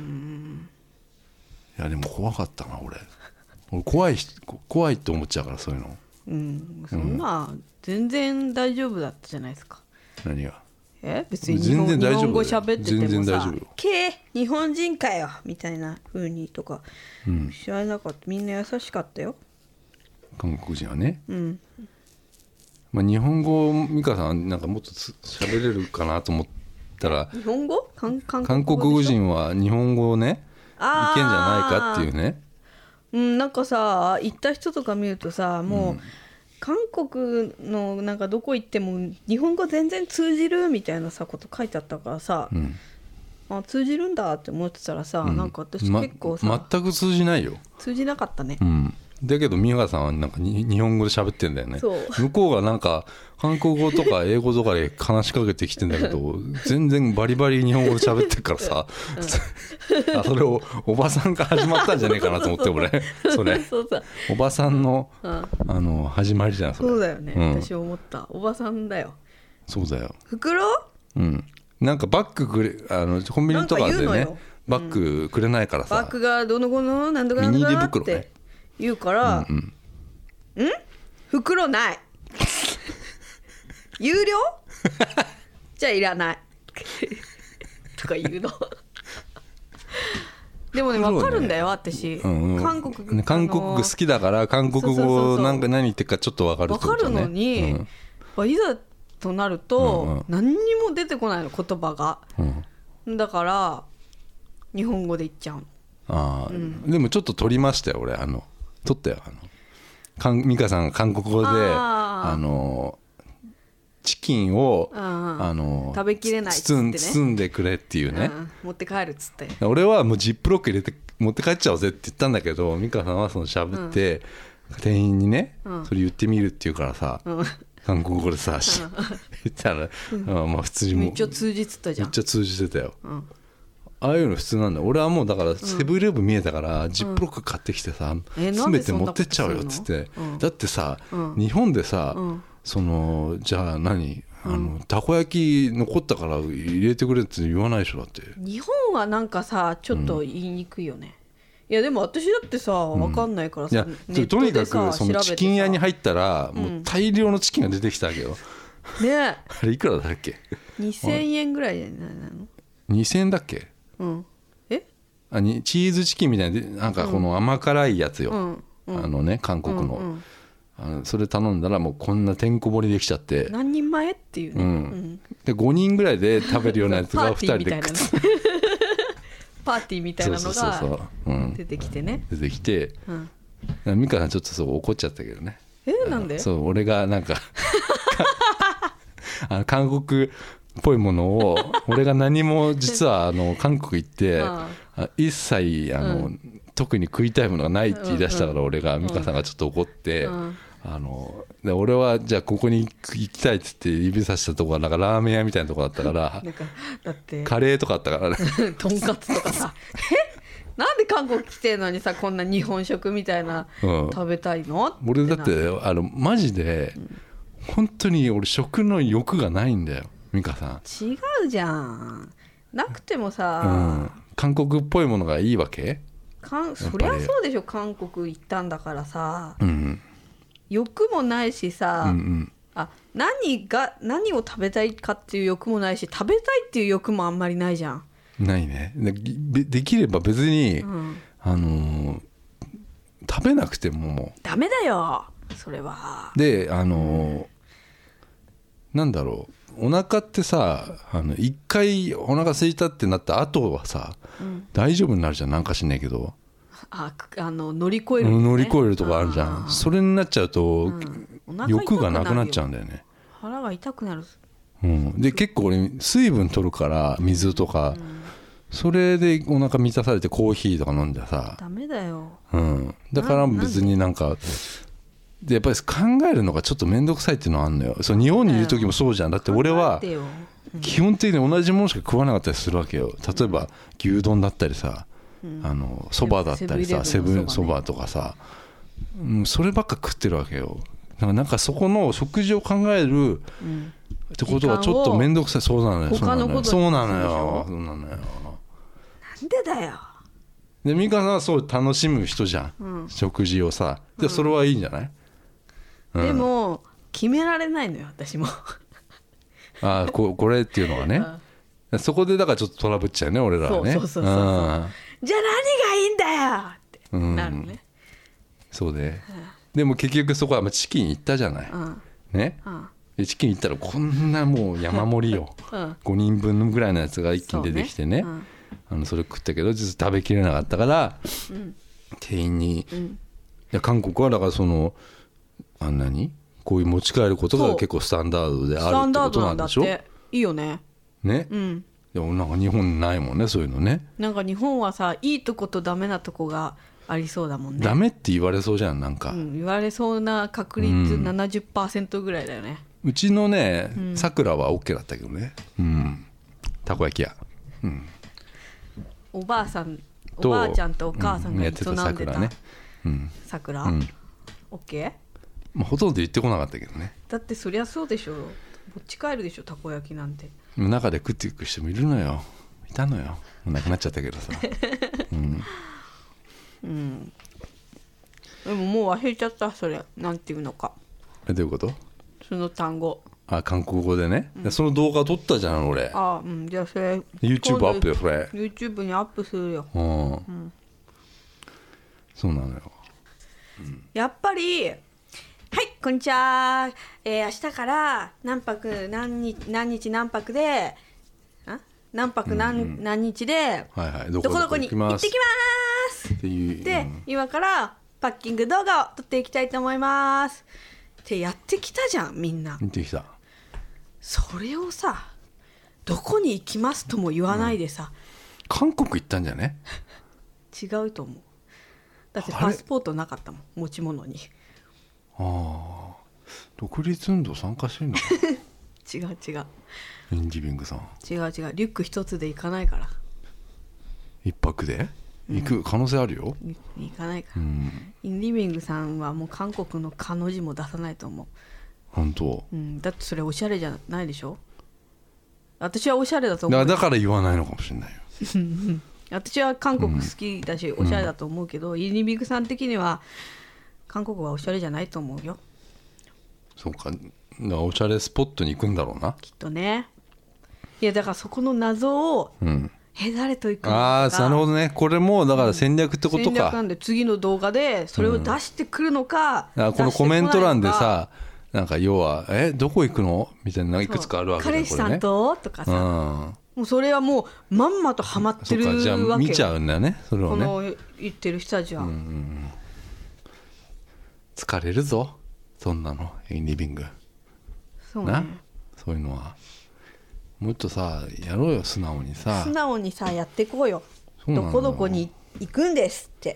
いやでも怖かったな、俺怖いって思っちゃうから、そういうの。
そんな全然大丈夫だったじゃないですか。
何が？
別に日本語喋っててもさ、日本人かよみたいな風にとか知らなかった。みんな優しかったよ、
韓国人はね。まあ、日本語美香さんなんかもっと喋れるかなと思ったら、
日本語？韓
国人は日本語をねいけんじゃないかっていうね。
なんかさ、行った人とか見るとさ、もう、韓国のなんかどこ行っても日本語全然通じるみたいなさこと書いてあったからさ、通じるんだって思ってたらさ、なんか私結構さ、
全く通じないよ。
通じなかったね。
だけど美香さんはなんか日本語で喋ってんだよね。向こうがなんか韓国語とか英語とかで話しかけてきてんだけど、全然バリバリ日本語で喋ってるからさ、それをおばさんから始まったんじゃねえかなと思って、俺それおばさんの始まりじゃん、それ。
そうだよね、私思った。おばさんだよ。
そうだよ。
袋？
なんかバッグコンビニとかでね、バッグくれないからさ、
バッグがどの後の何とかなんとかって言うから、袋ない有料じゃあいらないとか言うのでもね、分かるんだよ、私。韓国
好きだから、韓国語なんか何言ってるかちょっと分かるってことね。
分かるのに、いざとなると何にも出てこないの、言葉が。だから日本語で言っちゃうの。
でもちょっと取りましたよ、俺。取ったよ。美香さんが韓国語でチキンを
食べきれないっつってね、
包んでくれっていうね、
持って帰るっつって。
俺はもうジップロック入れて持って帰っちゃおうぜって言ったんだけど、美香さんはそのしゃぶって、店員にね、それ言ってみるって言うからさ、韓国語でさ言ったら、まあ普通に
めっちゃ通じてたじゃん。
めっちゃ通じてたよ。ああいうの普通なんだよ。俺はもうだからセブンイレブン見えたから、ジップロック買ってきてさ、詰めて持ってっちゃうよっつって。だってさ、日本でさ、じゃあ何、たこ焼き残ったから入れてくれって言わないでしょ。だって
日本はなんかさ、ちょっと言いにくいよね。いやでも私だってさ、分かんないからさ、
とにかくそのチキン屋に入ったら、もう大量のチキンが出てきたわけよ。
ね
あれいくらだっけ
？2000円ぐらいじゃないの
？2000円だっけ？チーズチキンみたいな、なんかこの甘辛いやつよ、韓国の、それ頼んだらもうこんなてんこ盛りできちゃって、
何人前っていうね、
で5人ぐらいで食べるようなやつが2人で
パーティーみたいなのが出てきてね、
出てきて、美香さんちょっとそう怒っちゃったけどね。
なんで？
そう俺がなんか韓国っぽいものを俺が何も実は韓国行って一切特に食いたいものがないって言い出したから、俺が美香さんがちょっと怒って、で俺はじゃあここに行きたいって言って指さしたところがなんかラーメン屋みたいなとこだったから
だって
カレーとかあったからね
とんかつとかさなんで韓国来てるのにさ、こんな日本食みたいな食べたいの？
俺だってマジで本当に俺食の欲がないんだよ、美香さん。
違うじゃん。なくてもさ、
韓国っぽいものがいいわけ？
そりゃそうでしょ。韓国行ったんだからさ、 欲もないしさ、
うんうん、
何を食べたいかっていう欲もないし、食べたいっていう欲もあんまりないじゃん。
ないね。できれば別に、食べなくても
ダメだよそれは。
でなんだろう、お腹ってさ、一回お腹空いたってなった後はさ、大丈夫になるじゃん、なんかしないけど。
乗り越える、ね、
乗り越えるとかあるじゃん。それになっちゃうと、欲がなくなっちゃうんだよね。
腹が痛くなる、
で結構俺水分取るから水とか、それでお腹満たされてコーヒーとか飲んでさ、
ダメだよ、
だから別になんかでやっぱり考えるのがちょっと面倒くさいっていうのはあるのよ。そう日本にいる時もそうじゃん。だって俺は基本的に同じものしか食わなかったりするわけよ。例えば牛丼だったりさ、そばだったりさ、セブンそばとかさ、そればっか食ってるわけよ。なんかそこの食事を考えるってことはちょっと面倒くさい。そうなのよ、
他のこと
そうなのよ、そうなのよ。
なんでだよ。
で美香さんはそう楽しむ人じゃん、食事をさ。でそれはいいんじゃない？
でも決められないのよ私も
これっていうのはね、そこでだからちょっとトラブっちゃうね俺らはね。
そうじゃあ何がいいんだよってなるね、
そうで、でも結局そこはチキン行ったじゃない、ね、でチキン行ったらこんなもう山盛りよ、5人分ぐらいのやつが一気に出てきてね、それ食ったけど実は食べきれなかったから、店員に、いや韓国はだからそのこういう持ち帰ることが結構スタンダードであるってことなんでしょ。
いいよね。
ね、でもなんか日本ないもんねそういうのね。
なんか日本はさ、いいとことダメなとこがありそうだもんね。
ダメって言われそうじゃん、なんか、
言われそうな確率 70% ぐらいだよね。
うちのねさくらは OK だったけどね、たこ焼き屋、
おばあちゃんとお母さんが営んでたさくらね、さくら OK？
ほとんど言ってこなかったけどね。
だってそりゃそうでしょ、持ち帰るでしょたこ焼きなんて。
中で食っていく人もいるのよ、いたのよ。もうなくなっちゃったけどさ
でももう忘れちゃった、それなんていうのか。
どういうこと？
その単語。
韓国語でね、その動画撮ったじゃん俺。
じゃあそれ
YouTube アップよそれ。
YouTube にアップするよ。
そうなのよ、
やっぱりはいこんにちは、明日から何泊何日何泊で何泊何日でどこどこに行ってきますっていうで、今からパッキング動画を撮っていきたいと思いますってやってきたじゃんみんな。
やってきた。
それをさどこに行きますとも言わないでさ、
韓国行ったんじゃね？
違うと思う。だってパスポートなかったもん持ち物に。
独立運動参加してんのか
違う
インリビングさん。
違うリュック一つで行かないから。
一泊で行く可能性あるよ。
行かないから、インリビングさんはもう韓国のカの字も出さないと思う。
本当？
だってそれおしゃれじゃないでしょ。私はおしゃれだと思う。
だから言わないのかもしれないよ
私は韓国好きだし、おしゃれだと思うけど、インリビングさん的には韓国はおしゃれじゃないと思うよ。
そうか、おしゃれスポットに行くんだろうなき
っとね。いやだからそこの謎を、誰と行くのか。
なるほどね。これもだから戦略ってことか、
戦略なんで次の動画でそれを出してくるのか、
このコメント欄でさなんか要はどこ行くのみたいないくつかあるわけだよ。
彼氏さんと、とかさ、もうそれはもうまんまとハマってるわけよ。
じゃあ見ちゃうんだよねそれをね。
この言ってる人たちは、
疲れるぞそんなのインリビング。
そうね、
そういうのはもっとさやろうよ、素直にさ
やっていこうよ。どこどこに行くんですって。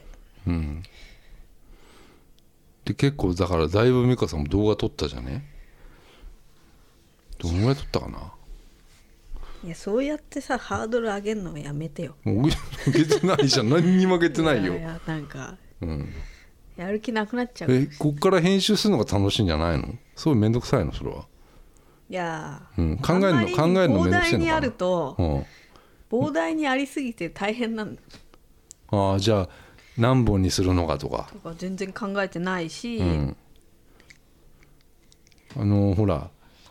で結構だからだいぶ美香さんも動画撮ったじゃね。どのぐらい撮ったかな。
いやそうやってさハードル上げるのはやめてよ。
もう上げてないじゃん何に負けてないよ。
いやなんか、やる気なくなっちゃう。
こっから編集するのが楽しいんじゃないの。すごいめんどくさいのそれは。
いや、
考えるのめんどくさいのかな。
膨大にあると、膨大にありすぎて大変なんだ。
じゃあ何本にするのかとか
全然考えてないし、
ほら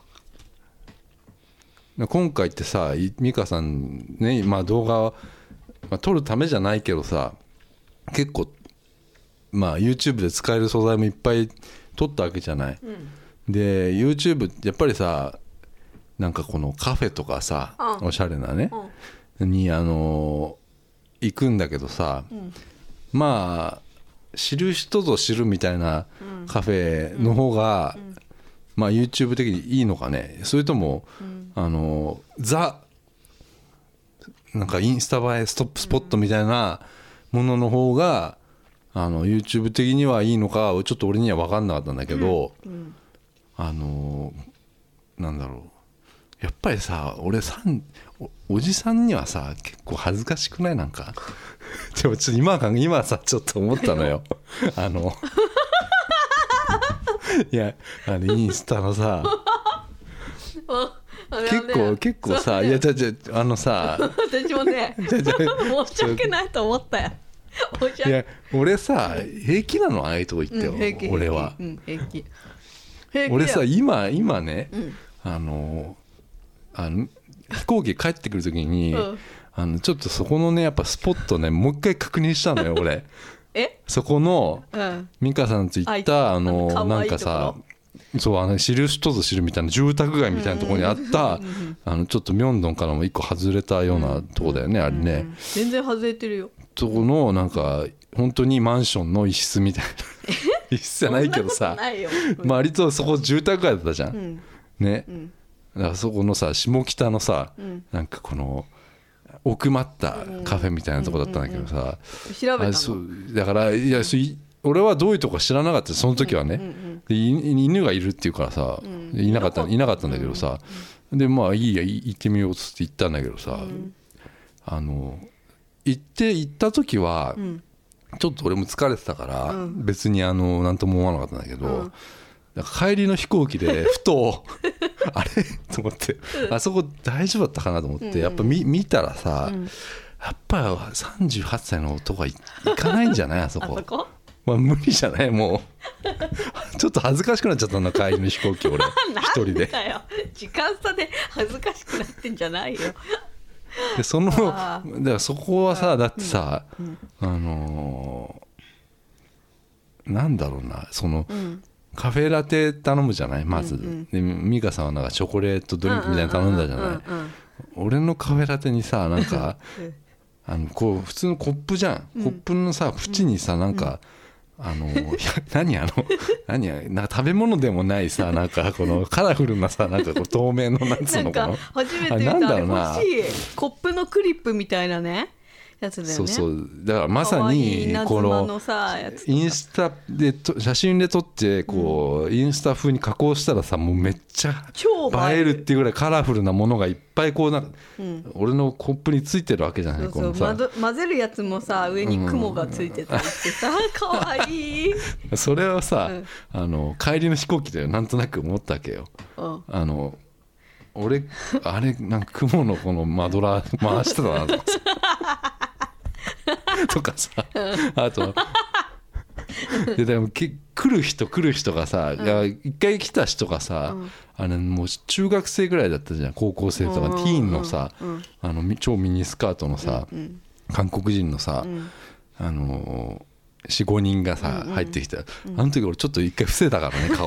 今回ってさ美香さんね、まあ、動画、撮るためじゃないけどさ結構、まあ、YouTube で使える素材もいっぱい撮ったわけじゃない、で YouTube やっぱりさなんかこのカフェとかさ、おしゃれなね、に行くんだけどさ、まあ知る人ぞ知るみたいなカフェの方が、まあ YouTube 的にいいのかね、それとも、ザなんかインスタ映えスポットみたいなものの方がYouTube 的にはいいのかちょっと俺には分かんなかったんだけど、なんだろう、やっぱりさ俺おじさんにはさ結構恥ずかしくない？なんかでもちょっと今さちょっと思ったのよいやインスタのさ結構さ、いやさ
私もね申し訳ないと思ったよ。
いや俺さ平気なの、ああいうとこ行ってよ、俺は、
平気
俺さ今ね、飛行機帰ってくる時に、ちょっとそこのねやっぱスポットねもう一回確認したのよ俺そこの、美香さんと行ったなんかさそう知る人ぞ知るみたいな住宅街みたいなところにあったちょっとミョンドンからも一個外れたようなとこだよね、あれね、
全然外れてるよ。
そこのなんか本当にマンションの一室みたいな一室じゃないけどさ割とそこ住宅街だったじゃん、ね、だからそこのさ下北のさ、なんかこの奥まったカフェみたいなとこだったんだけどさ、
調べたの
だからいや俺はどういうとこ知らなかったその時はね、犬がいるっていうからさ、いなかったんだけどさ、でまあいいや行ってみようっつって行ったんだけどさ、行った時は、ちょっと俺も疲れてたから、別に何とも思わなかったんだけど、なんか帰りの飛行機でふとあれと思って、あそこ大丈夫だったかなと思って、やっぱ見たらさ、やっぱ38歳の男は行かないんじゃないあそこまあ無理じゃないもうちょっと恥ずかしくなっちゃったんだ帰りの飛行機俺一人で
時間差で恥ずかしくなってんじゃないよ
でだからそこはさだってさ、なんだろうなカフェラテ頼むじゃないまず、で美香さんはなんかチョコレートドリンクみたいなの頼んだじゃない、俺のカフェラテにさなんかこう普通のコップじゃん、コップのさ縁にさなんか、何なんか食べ物でもないさなんかこのカラフルなさなんかこう透明のなんつうのかな、
初めて見た欲しいコップのクリップみたいなねやつだよね。
そうだからまさにこのインスタで写真で撮ってこうインスタ風に加工したらさもうめっちゃ映えるっていうぐらいカラフルなものがいっぱいこうなんか俺のコップについてるわけじゃない。
そう混ぜるやつもさ上に雲がついてたりしてさかわいい
それはさ帰りの飛行機でなんとなく思ったわけよ。俺あれなんか雲のこのマドラー回してたなとかさとかさあとでも来る人がさ、一回来た人がさ、もう中学生ぐらいだったじゃん高校生とか、ティーンのさ、超ミニスカートのさ、韓国人のさ、4,5 人がさ入ってきた、あの時俺ちょっと一回伏せたからね顔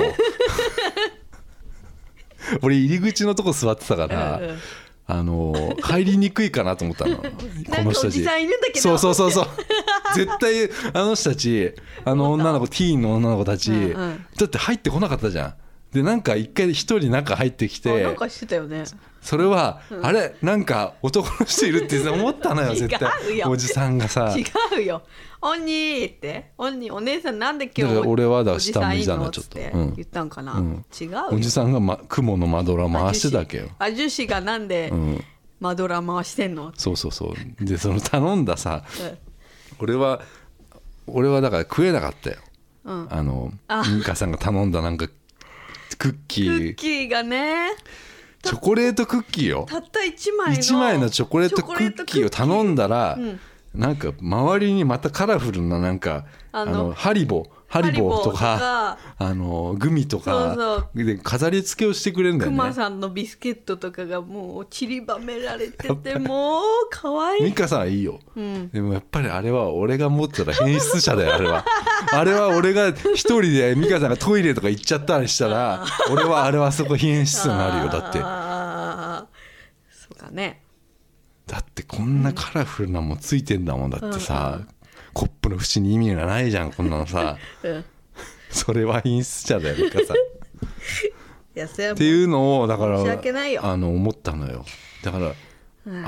俺入り口のとこ座ってたから入りにくいかなと思ったのこの人たち。なんかおじさんいるんだけどそう絶対人たち女の子ティーンの女の子たち、だって入ってこなかったじゃん。でなんか一回一人中入ってきて
なんかしてたよね。
それは、あれなんか男の人いるって思ったのよ絶対おじさんがさ。
違うよおにーってお姉さんなんで今日
俺はだ下向いたのちょっと
言ったんかな、違うよ
おじさんが、雲のマドラー回してたわけよ。
アジュシがなんでマドラー回してんの、
そうでその頼んださ、俺はだから食えなかったよ、美香さんが頼んだなんかクッキーがねチョコレートクッキーよ。たった1枚のチョコレートクッキーを頼んだら、 なんか周りにまたカラフルななんかハリボーとかグミとかで飾り付けをしてくれるんだよね。
クマさんのビスケットとかがもう散りばめられててもうかわいい。
ミカさんはいいよ、でもやっぱりあれは俺が持ってた変質者だよ。あれは俺が一人でミカさんがトイレとか行っちゃったりしたら俺はあれはそこ変質者になるよ。だって
そうかね。
だってこんなカラフルなもんついてんだもん。だってさ、コップの縁に意味がないじゃんこんなのさ、それは品質者だよミカさん。っていうのをだから思ったのよ。だから、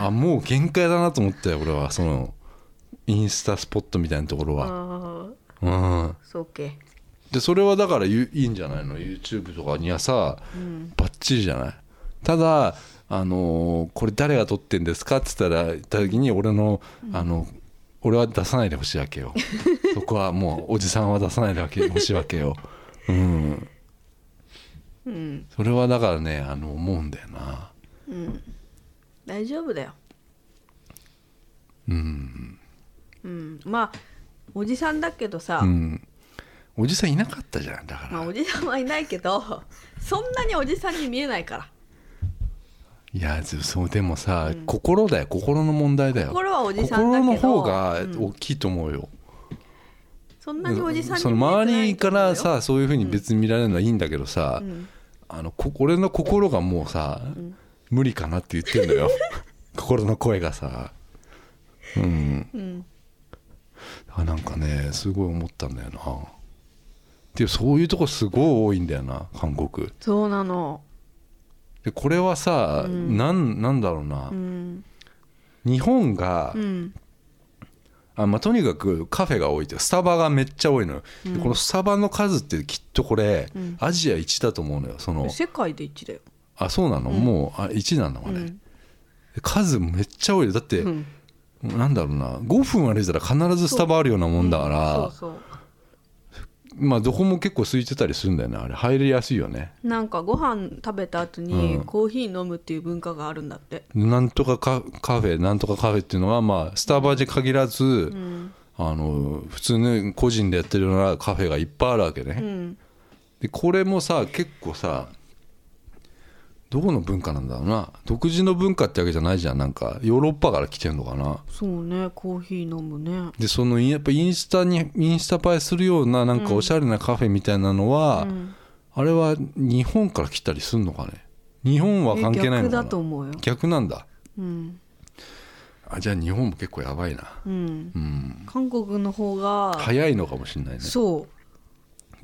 もう限界だなと思ったよ俺は。そのインスタスポットみたいなところは。
そうけ。
でそれはだからいいんじゃないの。 YouTube とかにはさ、バッチリじゃない。ただこれ誰が撮ってんですかって言った時に俺は出さないでほしいわけよ。そこはもうおじさんは出さないでほしいわけよ。それはだからね思うんだよな。
大丈夫だよ。まあおじさんだけどさ、
おじさんいなかったじゃん。だから、
おじさんはいないけどそんなにおじさんに見えないから。
いやそうでもさ、心だよ。心の問題だよ。
心はおじさんだけど
心の方が大きいと思うよ。
そんなにおじさんに見えてないと思うよ。
その周りからさそういう風に別に見られるのはいいんだけどさ、俺の心がもうさ、無理かなって言ってんのよ。心の声がさ、なんかねすごい思ったんだよな。でそういうとこすごい多いんだよな韓国。
そうなの。
でこれはさ、なんだろうな、日本が、とにかくカフェが多いって、スタバがめっちゃ多いのよ。でこのスタバの数ってきっとこれ、アジア一だと思うのよ。
世界で一だよ。
あそうなの、もう1なんだもんね、数めっちゃ多いよ。だって、なんだろうな、5分歩いたら必ずスタバあるようなもんだから、どこも結構空いてたりするんだよね。あれ入りやすいよね。
なんかご飯食べた後にコーヒー飲むっていう文化があるんだって。
なんとかカフェなんとかカフェっていうのはスタバで限らず、普通に個人でやってるようなカフェがいっぱいあるわけね、でこれもさ結構さどこの文化なんだろうな。独自の文化ってわけじゃないじゃん。なんかヨーロッパから来てんのかな。
そうね、コーヒー飲むね。
でやっぱインスタ映えするようななんかおしゃれなカフェみたいなのは、あれは日本から来たりすんのかね。日本は関係ないのかな。
逆だと思うよ。
逆なんだ。じゃあ日本も結構やばいな。
韓国の方が
早いのかもしれないね。
そう。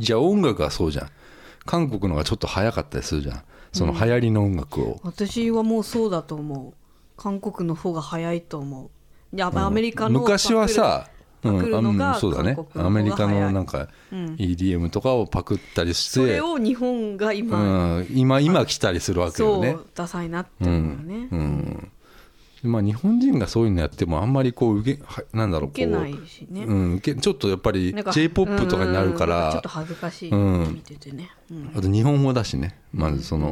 じゃあ音楽はそうじゃん。韓国の方がちょっと早かったりするじゃん。その流行りの音楽を、
私はもうそうだと思う。韓国の方が早いと思う。やっぱアメリカの
昔はさ、
そう
だね、アメリカのなんか EDM とかをパクったりして、
それを日本が今
来たりするわけよね。
そうダサいなって思うよね。
日本人がそういうのやってもあんまりなんだろう、
受けないしね。
ちょっとやっぱり J-POP とかになるから
ちょっと恥ずかしい、見ててね。
あと日本語だしね、まずそう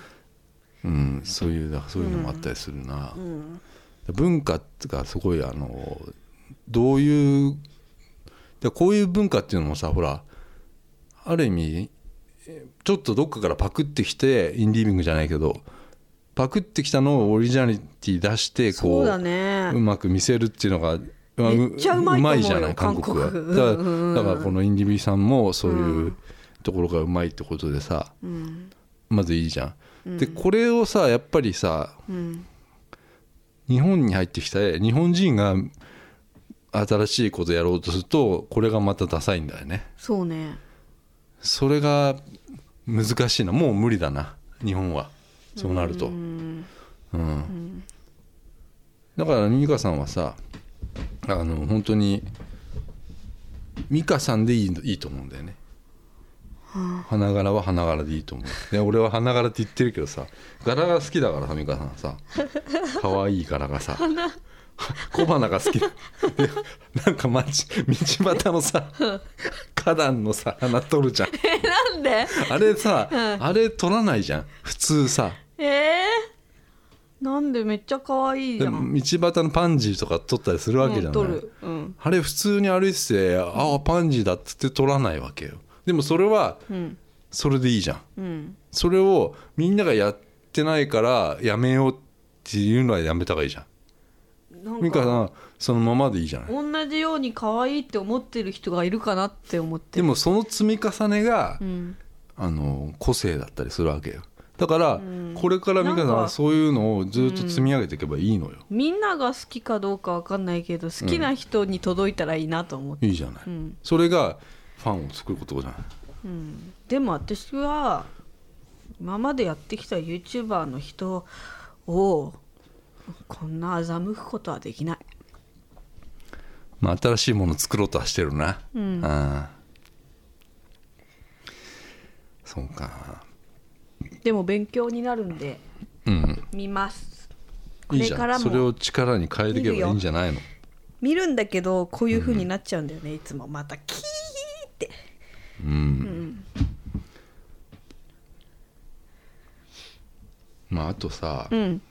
いうのもあったりするな。文化がすごいどういうこういう文化っていうのもさ、ほらある意味ちょっとどっかからパクってきて、インディービングじゃないけどパクってきたのをオリジナリティ出してうまく見せるっていうのが
めっちゃうまい
じゃない韓国は。だからこのインディビさんもそういうところがうまいってことでさ、まずいいじゃん。でこれをさやっぱりさ、日本に入ってきた日本人が新しいことやろうとするとこれがまたダサいんだよね。
そうね。
それが難しいな。もう無理だな日本は。そうなると、だから美香さんはさ本当に美香さんでいいと思うんだよね。花柄は花柄でいいと思う。で俺は花柄って言ってるけどさ、柄が好きだからさ、美香さんさ可愛い柄がさ小花が好きでなんか道端のさ花壇のさ花取るじゃん。
なんで
あれさ、あれ取らないじゃん普通さ。
なんでめっちゃ可愛いじゃん。
道端のパンジーとか撮ったりするわけじゃない、
撮る、
あれ普通に歩いてて、あパンジーだっつって撮らないわけよ。でもそれはそれでいいじゃん、それをみんながやってないからやめようっていうのはやめた方がいいじゃん。なんか美香さんそのままでいいじゃない。
同じように可愛いって思ってる人がいるかなって思ってる。
でもその積み重ねが、個性だったりするわけよ。だから、これから美香さんはそういうのをずっと積み上げていけばいいのよ、
みんなが好きかどうか分かんないけど好きな人に届いたらいいなと思って、
いいじゃない、それがファンを作ることじゃない、
でも私は今までやってきた YouTuber の人をこんな欺くことはできない。
まあ、新しいものを作ろうとはしてるな、そうか。
でも勉強になるんで、見ます。こ
れからもいいじゃん、それを力に変えていけばいいんじゃないの。
見るんだけどこういう風になっちゃうんだよね、いつもまたキーって、
まああとさ、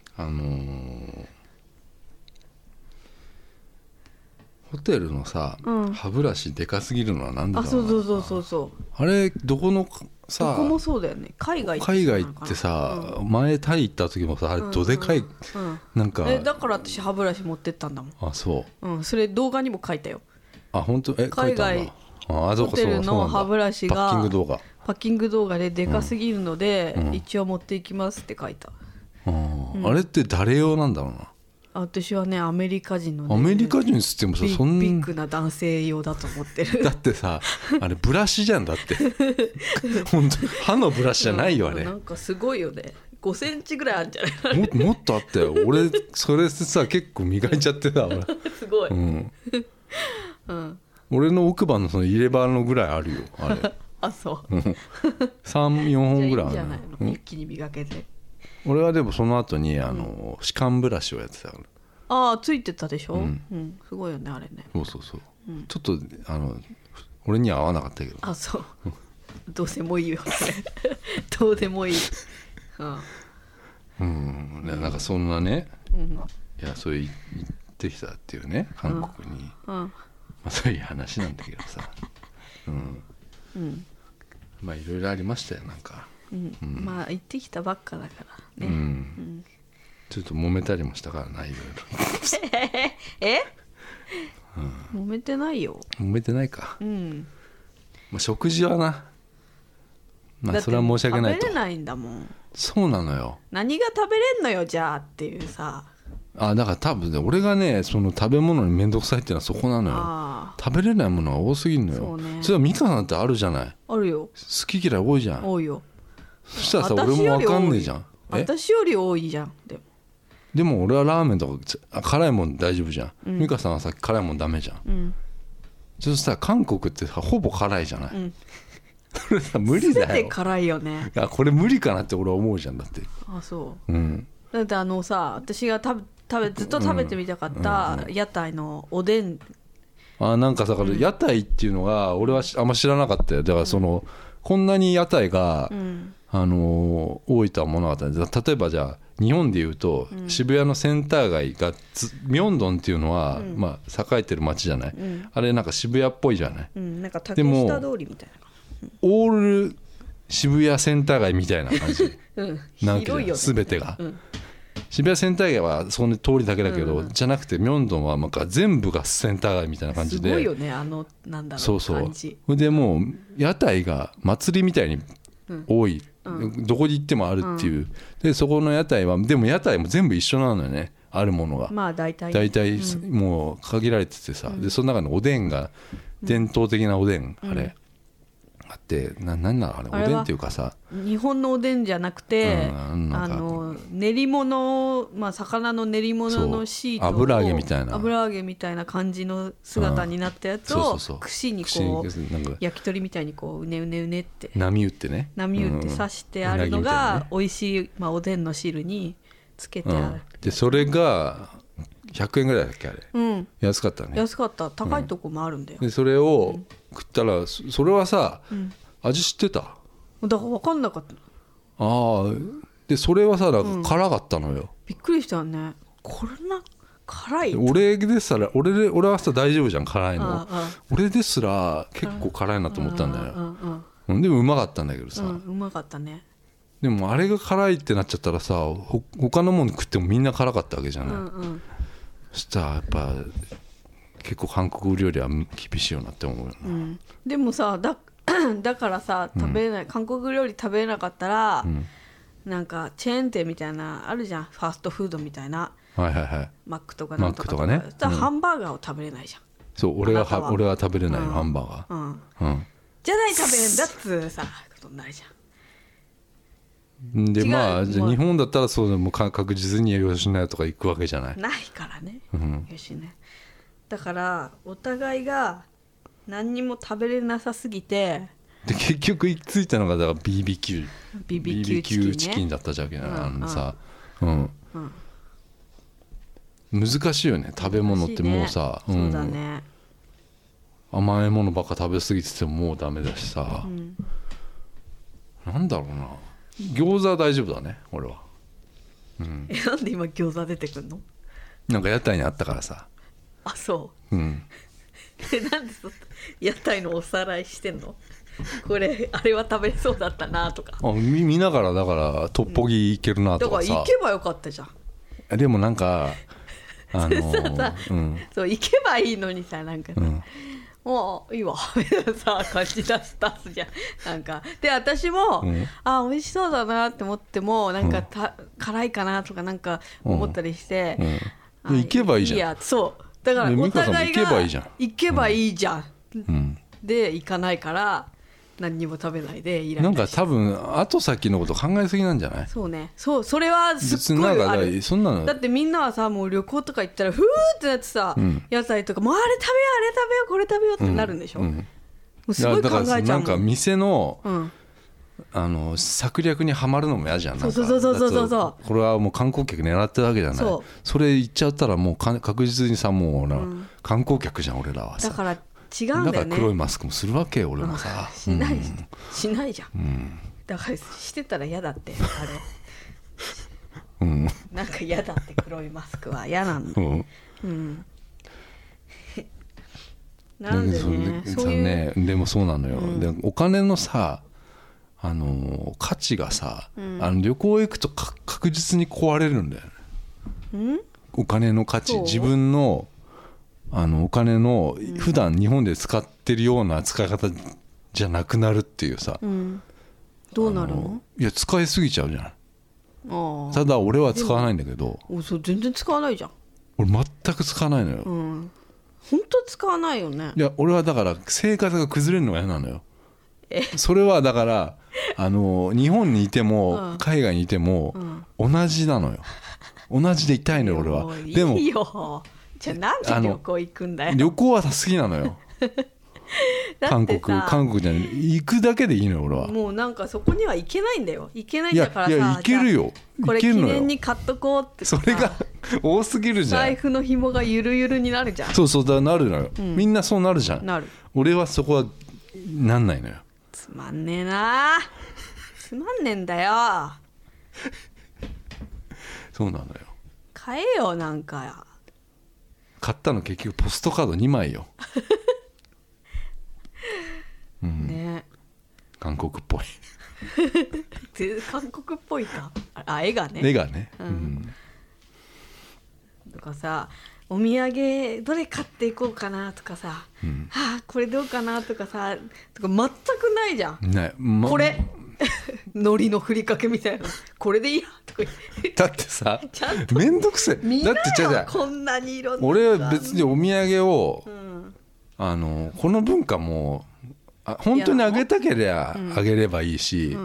ホテルのさ、歯ブラシでかすぎるのはなんでだろうな。
そう
あれどこのさ、
どこもそうだよね。海外
ってさ、前タイ行った時もさ、あれどでかい、なんか
だから私歯ブラシ持ってったんだもん。
あ、そう、
それ動画にも書いたよ。
あ、本当？
海外ホテルの歯ブラシがパッキング動画ででかすぎるので、一応持っていきますって書いた。
あれって誰用なんだろうな。
私はねアメリカ人の、ね、
アメリカ人っつってもさ、そんな
ビッグな男性用だと思ってる。
だってさ、あれブラシじゃん、だって本当歯のブラシじゃないよあれ。
なんかすごいよね。5センチぐらいあるんじゃない。
もっとあったよ。俺それさ結構磨いちゃってた俺
すごい、
俺の奥歯のその入れ歯のぐらいあるよあれ。
あ、そう
3、4本ぐらいある。
じゃあいいんじゃないの、一気に磨けて。俺
はでもその後に歯間ブラシをやってたから。
ああ、ついてたでしょ、すごいよねあれね。
そう、ちょっと俺には合わなかったけど。
あ、そうどうでもいいよそれどうでもいい。
なんかそんなね、いや、それ行ってきたっていうね、韓国に、まあ、そういう話なんだけどさ、まあいろいろありましたよ、なんか、
まあ行ってきたばっかだからね、
ちょっと揉めたりもしたからな、いろい
ろ揉めてないよ。
揉めてないか。まあ、食事はな、まあそれは申し訳ないと。
食べれないんだもん。
そうなのよ。
何が食べれんのよじゃあっていうさ。
だから多分ね、俺がね、その食べ物に面倒くさいっていうのはそこなのよ。食べれないものが多すぎるのよ。そうね。それは美香さんってあるじゃない。
あるよ。
好き嫌い多いじゃん。
多いよ。
そしたらさ、俺も分かんねえじゃん。
私より多いじゃん。
でも俺はラーメンとか辛いもん大丈夫じゃん。美香さんはさ、辛いもんダメじゃん。そしたら韓国ってさ、ほぼ辛いじゃない。それさ、無理だよ。
全て辛いよね。
いや、これ無理かなって俺は思うじゃん。だって。
あ、そう。だってさ、私がずっと食べてみたかった屋台のおでん。
なんかさ、屋台っていうのが俺はあんま知らなかったよ。だからこんなに屋台が、多いとは思わなかった。例えばじゃあ日本でいうと、渋谷のセンター街がミョンドンっていうのは、まあ栄えてる街じゃない、あれなんか渋谷っぽいじゃない、
なんか竹下通りみたいな。
オール渋谷センター街みたいな感じ、なんか全てが、渋谷センター街はその通りだけだけど、じゃなくてミョンドンはなんか全部がセンター街みたいな感じで、
すごいよね、なんだろう、感じ。
でもう屋台が祭りみたいに多い、どこに行ってもあるっていう、でそこの屋台はでも屋台も全部一緒なのよね、あるものが。
まあ大体
もう限られててさ、でその中のおでんが伝統的なおでん、あれあって、何なのあれ、おでんっていうかさ、
日本のおでんじゃなくて、練り物、まあ魚の練り物のシートを
油揚げみたいな
感じの姿になったやつを串にこう焼き鳥みたいにこううねうねうねって
波打って
刺してあるのが美味しい、まあ、おでんの汁につけてある、
でそれが100円ぐらいだっけあれ、安かったね。
安かった。高いとこもあるんだよ、
でそれを食ったら、それはさ、味知ってた？
だから分かんなかった。
でそれはさなんか辛かったのよ、
びっくりしたね。こんな辛い。
俺ですら俺はさ大丈夫じゃん辛いの。俺ですら結構辛いなと思ったんだよ。でもうまかったんだけどさ、
うまかったね。
でもあれが辛いってなっちゃったらさ他のもの食ってもみんな辛かったわけじゃない、そしたらやっぱ結構韓国料理は厳しいよなって思うよな、
でもさだからさ食べれない、韓国料理食べれなかったら、なんかチェーン店みたいなあるじゃん、ファーストフードみたいな、
はいはいはい、
マックとかなんとかとか、
ね、
そしたらハンバーガーを食べれないじゃん。
そう俺は食べれないよ、ハンバーガー、
じゃない食べれんだっつさことになるじゃん。
でまあじゃ日本だったらそうでも確実に吉野家とか行くわけじゃない。
ないからね、吉野家だからお互いが何にも食べれなさすぎて、
で結局行き着いたのがだから BBQ チキンだったじゃんけどさ、難しいよね食べ物ってもうさ、
そうだね、
甘いものばっか食べ過ぎててももうダメだしさ、なんだろうな、餃子は大丈夫だね俺は、
なんで今餃子出てくんの？
なんか屋台にあったからさ。
あ、そうなんで屋台のおさらいしてんの？これあれは食べれそうだったなとか
見ながらだからトッポギいけるなとかさ、
だから行けばよかったじゃん。
でもなんか
そう行けばいいのにさ、なんかさ、もういいわみたいなさ感じ出すじゃん。なんかで私も、美味しそうだなって思ってもなんか辛いかなとかなんか思ったりして、
行けばいいじゃん。
いやそうだからお互いが行けばいいじゃん、で行かないから何にも食べないでイライラして、
なんか多分後先のこと考えすぎなんじゃない？
そうね、それはすっごいある。
そんなの
だってみんなはさもう旅行とか行ったらふーってなってさ、屋台とかもうあれ食べようこれ食べようってなるんでしょ、もうすごい考えちゃうもん。だから
なんか店の、策略にはまるのも嫌じゃん。
そう
これはもう観光客狙ってるわけじゃない。それ言っちゃったらもう確実にさもう観光客じゃん俺らはさ。
だから違うんだよね。
だから黒いマスクもするわけよ俺もさ、
しないじゃん、だからしてたら嫌だってあれ、なんか嫌だって黒いマスクは嫌なんだ、なんでね、そういう
ね、でもそうなのよ、でお金のさ価値がさ、旅行行くと確実に壊れるんだよね、お金の価値、自分のお金の普段日本で使ってるような使い方じゃなくなるっていうさ、
どうなるの？
いや使いすぎちゃうじゃん。ただ俺は使わないんだけど。
そう全然使わないじゃん。
俺全く使わないのよ。
本当使わないよね。
いや俺はだから生活が崩れるのが嫌なのよ。それはだから日本にいても、海外にいても、同じなのよ。同じでいたいのよ俺は。でも
いいよ。じゃあなんで旅行行くんだよ。
旅行は好きなのよ。韓国じゃない、行くだけでいいのよ俺は。
もうなんかそこには行けないんだよ。行けないんだからさ。
いや行けるよ。
これ記念に買っとこうってさ。
それが多すぎるじゃん。
財布の紐がゆるゆるになるじゃん。
そうだなるのよ、みんなそうなるじゃん。
なる。
俺はそこはなんないのよ。
つまんねえな。つまんねえんだよ。
そうなのよ。
買えよなんか。
買ったの結局ポストカード2枚よ。
ね、
韓国っぽい。
韓国っぽいか。絵がね。とかさ、お土産どれ買っていこうかなとかさ、これどうかなとかさ、とか全くないじゃん。
ない。
これ海苔のふりかけみたいな、これでいいやとか言って。
だってさ、めんどくせえ。
だってじゃこんなにいろんな。
俺は別にお土産を、この文化も本当にあげたけりゃあげればいいし、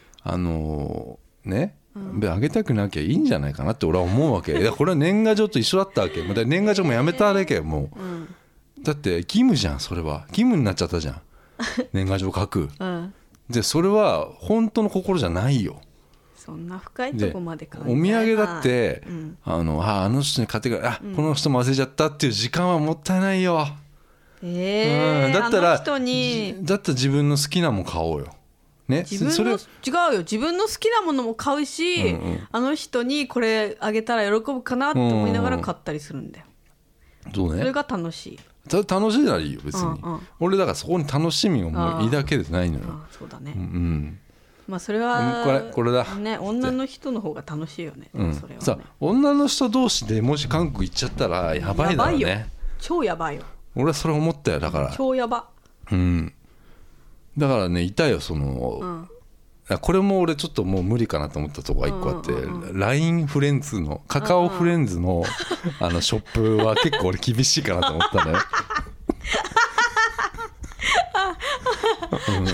ね、あげたくなきゃいいんじゃないかなって俺は思うわけ。いやこれは年賀状と一緒だったわけ。年賀状もやめただけもう、だって義務じゃん。それは義務になっちゃったじゃん。年賀状書く、でそれは本当の心じゃないよ。
そんな深いとこまで考えない。
お土産だって、あの人に買ってからこの人も忘れちゃったっていう時間はもったいないよ。だったら自分の好きなもん買おうよ。 ね、
自分の違うよ、自分の好きなものも買うし、あの人にこれあげたら喜ぶかなって思いながら買ったりするんだよ。
そうね、
それが楽しい。
楽しいならいいよ別に、俺だからそこに楽しみをもう抱けてないのよ。
そうだね、まあそれは
これだ
ね、女の人の方が楽しいよね、それはね。
さあ女の人同士でもし韓国行っちゃったらやばいだろうね。
やばいよ、超やばいよ。
俺はそれ思ったよ。だから
超やば。
だからね、いたよその、これも俺ちょっともう無理かなと思ったとこが1個あって、LINE フレンズのカカオフレンズのショップは結構俺厳しいかなと思ったのよ。
面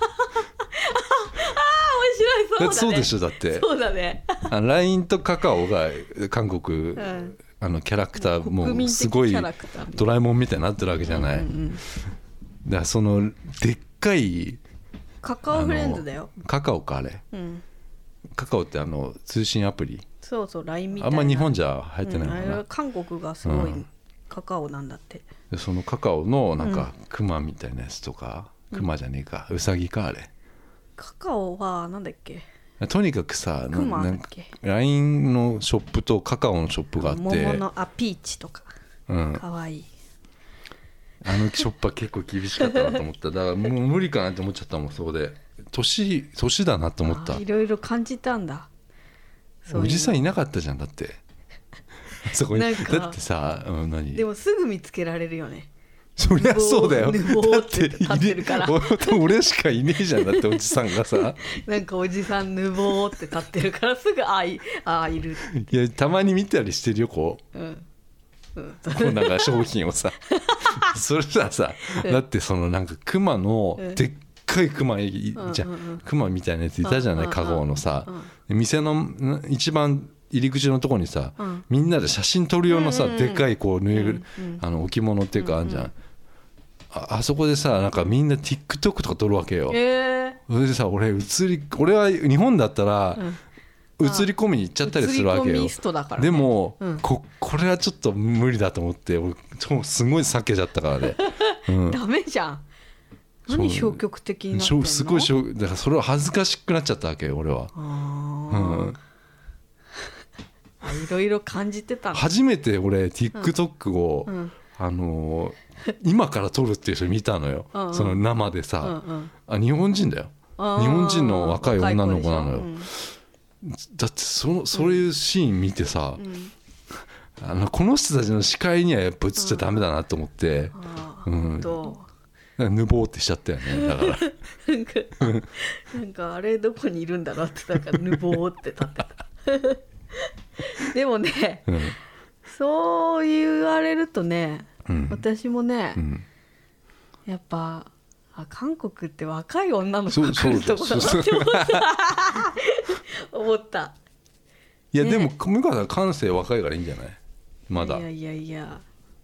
白い。
そうでしょ。だって
そうだね。
LINE とカカオが韓国、キャラクターもうすごいドラえもんみたいになってるわけじゃない。だからそのでっかい
カカオフレンズだよ。
カカオかあれ、カカオって通信アプリ。
そうそう、 LINE みたいな。
あんま日本じゃ入ってないのかな、
あれは韓国がすごいカカオなんだって。
でそのカカオのなんかクマみたいなやつとか、クマじゃねえかウサギかあれ。
カカオはなんだっけ。
とにかくさ、
クマだっけ。
LINE のショップとカカオのショップがあって、
桃のピーチとか、かわいい。
ショップは結構厳しかったなと思った。だからもう無理かなって思っちゃったもん。そこで年だなと思った。
いろいろ感じたんだ。
おじさんいなかったじゃんだってそこに。だってさ、何
でもすぐ見つけられるよね。
そりゃそうだよ。
だって立ってるから
俺しかいねえじゃんだっておじさんがさ
なんかおじさんぬぼーって立ってるからすぐいる。
いやたまに見たりしてるよこう、こうなんか商品をさそれじゃさ、だってそのなんかクマのでっかいクマじゃクマみたいなやついたじゃない、カゴのさ、店の一番入り口のとこにさ、みんなで写真撮る用のさ、でっかいこうぬいぐる置物っていうかあんじゃん。あそこでさなんかみんな TikTok とか撮るわけよ。それでさ俺は日本だったら、映り込みに行っちゃったりするわけよ。でも、これはちょっと無理だと思って俺すごい避けちゃったからね。
ダメじゃん。何消極的になってんの。
すごいだからそれは恥ずかしくなっちゃったわけよ俺は。
いろいろ感じてた。
初めて俺 TikTok を、今から撮るっていう人見たのよ、その生でさ、日本人だよ。日本人の若い女の子なのよ。だってそういうシーン見てさ、この人たちの視界にはやっぱ映っちゃダメだなと思って、ぬぼーってしちゃったよね。だから
なんかあれどこにいるんだろうってなんかぬぼーって立ってたでもね、そう言われるとね、私もね、やっぱ韓国って若い女の子が来るとこだなって思った。
いやでも向川さん感性若いからいいんじゃないまだ。
いや、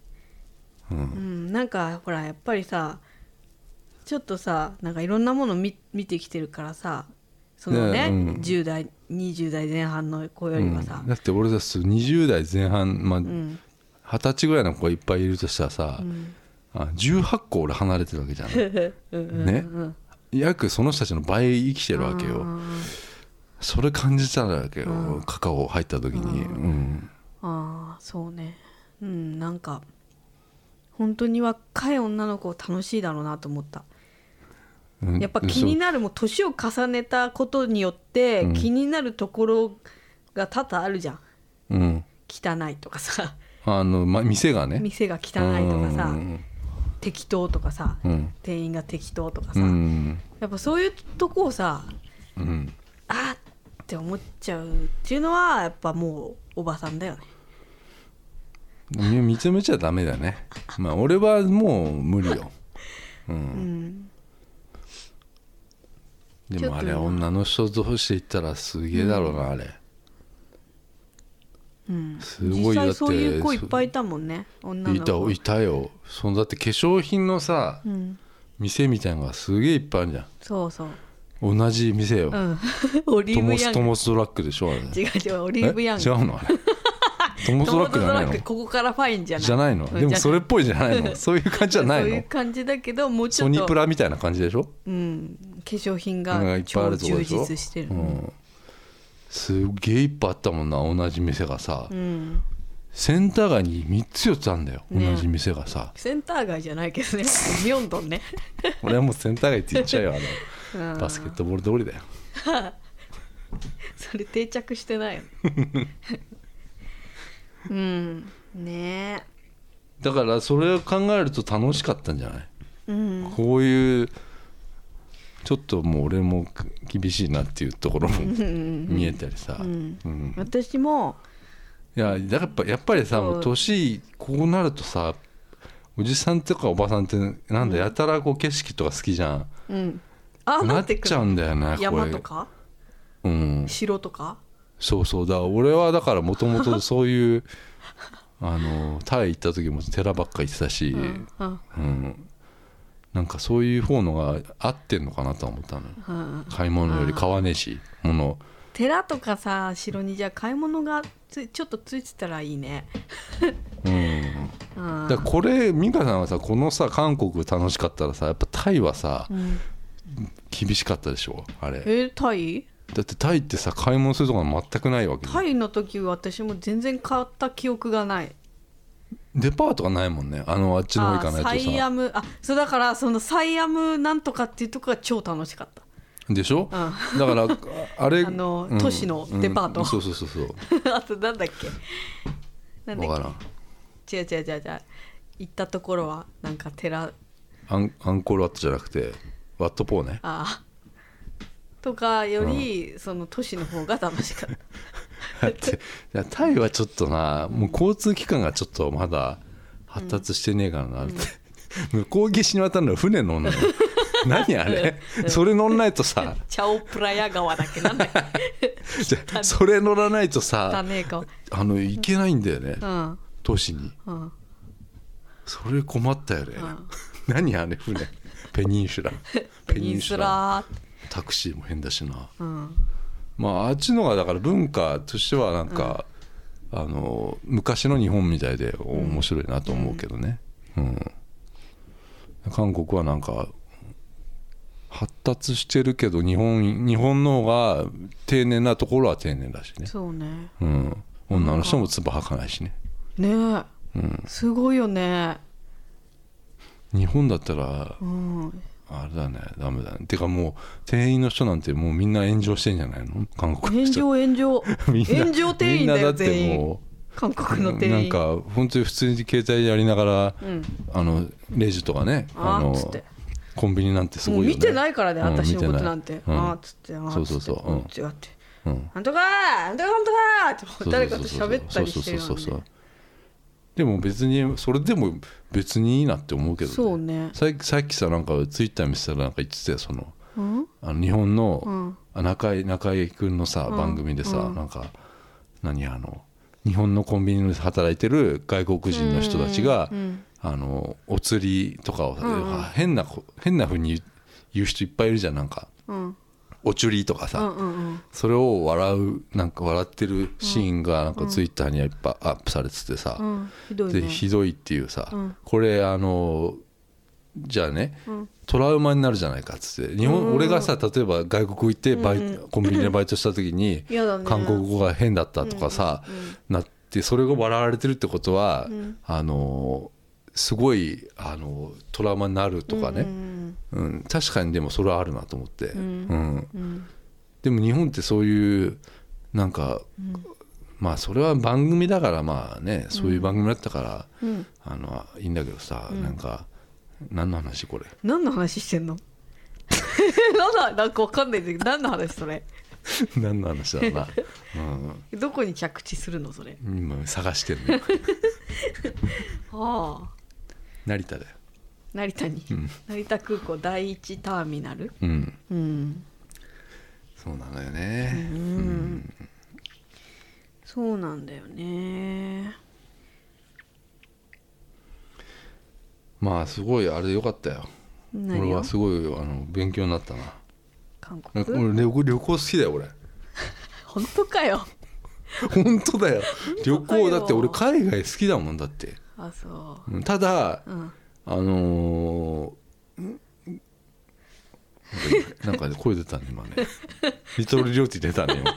なんかほらやっぱりさちょっとさなんかいろんなもの見てきてるからさ、そのね、10代20代前半の子よりはさ、
だって俺たち20代前半、20歳ぐらいの子がいっぱいいるとしたらさ、18個俺離れてるわけじゃんね、約その人たちの倍生きてるわけよ。それ感じたわけよ、カカオ入った時に。
そうね、なんか本当に若い女の子楽しいだろうなと思った。やっぱ気になる、もう年を重ねたことによって気になるところが多々あるじゃん、汚いとかさ、
店がね、
店が汚いとかさ、適当とかさ、店員が適当とかさ、やっぱそういうとこをさ、あって思っちゃうっていうのはやっぱもうおばさんだよね。
認めちゃダメだね。まあ俺はもう無理よ。でもあれ女の人同士で言ったらすげえだろうな、あれ。すごい。だって
実際そういう子いっぱいいたもんね、女の子。
いたよ。だって化粧品のさ、店みたいなのがすげえいっぱいあるじゃん。
そう
同じ店よ。
オリーブヤング。
トモスドラッグでしょあれ。
違うオリーブヤング。
違うのあれ。トモスドラッグじゃないの。
ここからファインじゃない。
じゃないの。でもそれっぽいじゃないの。そういう感じじゃないの。
そういう感じだけどもうちょっと
ソニプラみたいな感じでしょ。
粧品が超充実してる、
すげえいっぱいあったもんな、同じ店がさ、センター街に3つ4つあるんだよ、同じ店がさ。
センター街じゃないけどね、ミョンドンね。
俺はもうセンター街って言っちゃうよ、バスケットボール通りだよ。
それ定着してないよ。ねえ。
だからそれを考えると楽しかったんじゃない、こういうちょっともう俺も厳しいなっていうところも見えたりさ、
私も
いやだからやっぱりさ、もう年こうなるとさ、おじさんとかおばさんってなんだ、やたらこう景色とか好きじゃん、なっちゃうんだよね、
山とか、城とか。
そうそう、だから俺はだからもともとそういうタイ行った時も寺ばっか行ってたし、なんかそういう方のが合ってんのかなと思ったの、買い物より買わねえし物。
寺とかさ城にじゃあ買い物がちょっとついてたらいいね。
だこれ美香さんはさ、このさ韓国楽しかったらさ、やっぱタイはさ、厳しかったでしょあれ。
タイ
だってタイってさ買い物するとこが全くないわけ。
タイの時私も全然買った記憶がない。
デパートがないもんね、あっちの方行かないとさ。
サイアム、そうだからそのサイアムなんとかっていうとこが超楽しかった
でしょ、だからあれ
都市のデパート、
そうそうそうそう
あとなんだっけなんだっけ、違う行ったところはなんか寺
アンコールワットじゃなくてワットポーね、
とかより、その都市の方が楽しかった。
だってタイはちょっとな、もう交通機関がちょっとまだ発達してねえからなって、向こう岸に渡るの船乗んの何あれ、それ乗んないとさ、
チャオプラヤ川だっけ、なんだっけ
それ乗らないとさ行けないんだよね、都市に、それ困ったよね、何あれ船、ペニンシュラタクシーも変だしな、まああっちのがだから文化としてはなんか、昔の日本みたいで面白いなと思うけどね、韓国はなんか発達してるけど日本の方が丁寧なところは丁寧だしね。
そうね、
女の人も唾吐かないしね。
ねえ、すごいよね。
日本だったら、あれだね、ダメだね。てかもう店員の人なんてもうみんな炎上してんじゃないの、韓国の人。
炎上炎上店員だよ全員。
もう
韓国の店員
なんか本当に普通に携帯やりながら、レジとかね、
つって
コンビニなんてすごいよね。
見てないからね、私のことなんて。つって
そう
違って、なんとかって誰かと喋ったりしてるのね。
でも別にそれでも別にいいなって思うけどね。
そうね。さ
っきさ、なんかツイッター見せたらなんか言ってたよ、その、日本の、中井君のさ番組でさ、なんか日本のコンビニで働いてる外国人の人たちが、お釣りとかを、変な風に言う人いっぱいいるじゃん、なんか、お釣りとかさ、それをなんか笑ってるシーンがなんかツイッターにいっぱいアップされててさ、でひどいっていうさ、これじゃあね、トラウマになるじゃないかっつって、俺がさ例えば外国行ってコンビニでバイトした時に、韓国語が変だったとかさ、なってそれが笑われてるってことは、すごいトラウマになるとかね、確かにでもそれはあるなと思って、でも日本ってそういうなんか、まあそれは番組だからまあね、そういう番組だったから、いいんだけどさ、なんか何の話これ、
何の話してんのなんか分かんないんだけど、何の話それ
何の話だろうな、
どこに着地するのそれ、
今探してるね成田だよ、
成田に、成田空港第一ターミナル、
そうなのよね、
そうなんだよね。
まあすごいあれでよかったよ。俺はすごい勉強になったな。
韓国
俺旅行好きだよ俺
本当かよ
本当だよ、旅行だって俺海外好きだもんだって。
そう、
ただ、 なんか声出たね今ね。リトルリョーティ出たね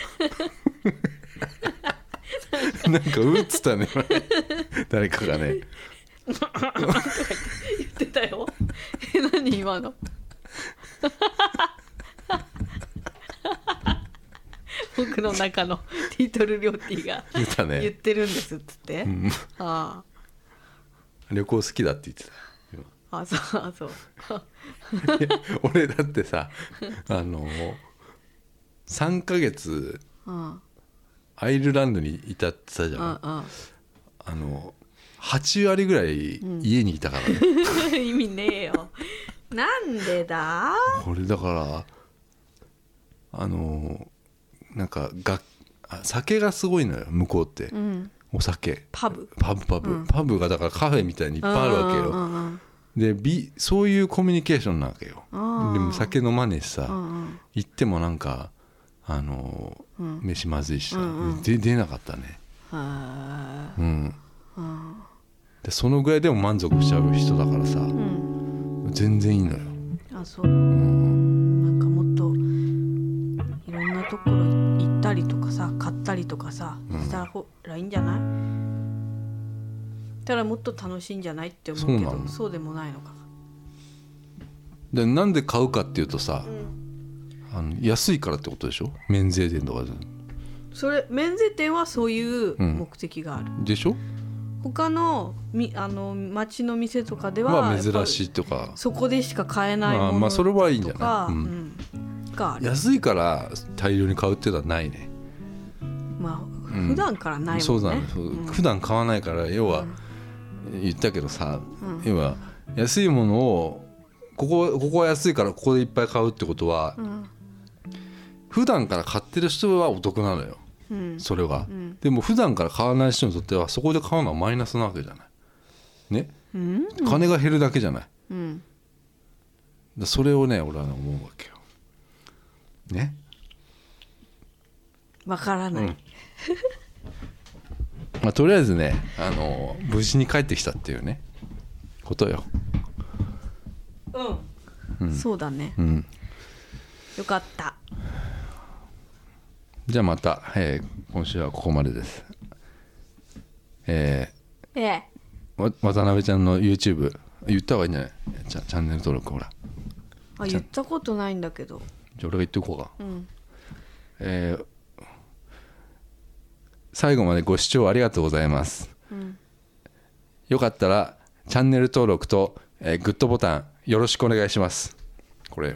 今。なんかうっつったね今ね。誰かがね。
言ってたよ。何今の。僕の中のリトルリョーティが
言ったね。
言ってるんですっつって、
うん、
あ
旅行好きだって言ってた。
あ、そう
いや俺だってさ3ヶ月アイルランドにいたってたじゃん。8割ぐらい家にいたからね、
意味ねえよ。なんでだ。
俺だからなんか酒がすごいのよ向こうって、お酒パブがだからカフェみたいにいっぱいあるわけよ。でそういうコミュニケーションなわけよ。でも酒飲まねえしさ、行ってもなんか飯まずいしさ、出なかったね。でそのぐらいでも満足しちゃう人だからさ、全然いいのよ。
あ、そう。なんかもっといろんなところ行ったりとかさ、買ったりとかさ、したらいいんじゃない？ただもっと楽しいんじゃないって思うけど、そうでもないのか。
でなんで買うかっていうとさ、安いからってことでしょ。免税店とかで。
それ免税店はそういう目的がある、
でしょ。
他の町の店とかでは
珍しいとか
そこでしか買えないものとか、
まあそれはいいんじゃない、
がある。
安いから大量に買うっていうのはないね。
まあ普段からないもんね、
そうだね、普段買わないから。要は言ったけどさ、要は安いものをここは安いからここでいっぱい買うってことは、普段から買ってる人はお得なのよ、それは、でも普段から買わない人にとってはそこで買うのはマイナスなわけじゃないね、金が減るだけじゃない、それをね俺は思うわけよね。
わからない、
まあ、とりあえずね無事に帰ってきたっていうねことよ。
そうだね、よかった。
じゃあまた、今週はここまでです。渡辺ちゃんの YouTube 言った方がいいんじゃない？チャンネル登録。ほら、
言ったことないんだけど。
じゃあ俺が言っておこうか。最後までご視聴ありがとうございます、よかったらチャンネル登録と、グッドボタンよろしくお願いします。これよ。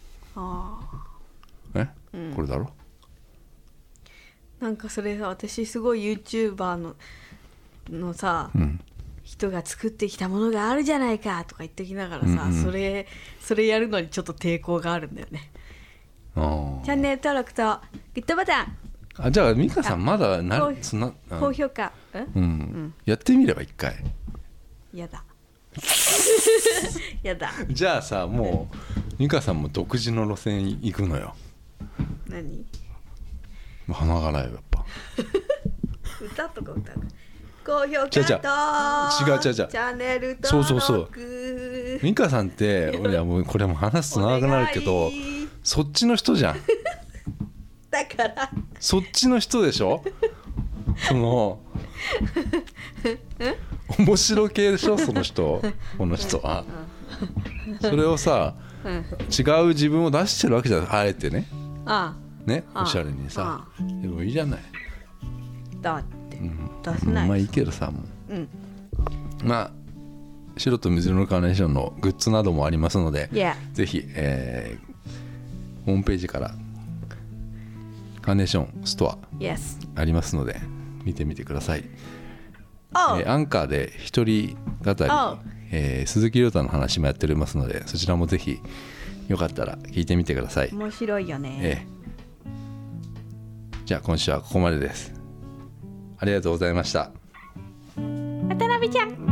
これだろ。
なんかそれさ、私すごい YouTuber のさ、人が作ってきたものがあるじゃないかとか言ってきながらさ、それやるのにちょっと抵抗があるんだよね。チャンネル登録とグッドボタン。
じゃあ美香さんまだ
高評価、
やってみれば一回。
やだやだ。
じゃあさ、もう美香さんも独自の路線行くのよ。
何？
花柄よやっぱ
歌とか歌う。高評価と
違うチ
ャンネル登録。
そう美香さんって俺はもうこれも話すと長くなるけどそっちの人じゃん
だから
そっちの人でしょ。その面白系でしょ、その人。この人はそれをさ、違う自分を出してるわけじゃない、あえてね。ね、おしゃれにさ。でもいいじゃない。
だって出せない。
まあいいけどさ、もうまあ白と水色のカーネーションのグッズなどもありますので、ぜひ、ホームページからカーネーションストアありますので見てみてください。アンカーで一人語り、鈴木亮太の話もやっておりますので、そちらもぜひよかったら聞いてみてください。
面白いよね。
じゃあ今週はここまでです。ありがとうございました。
渡辺ちゃん。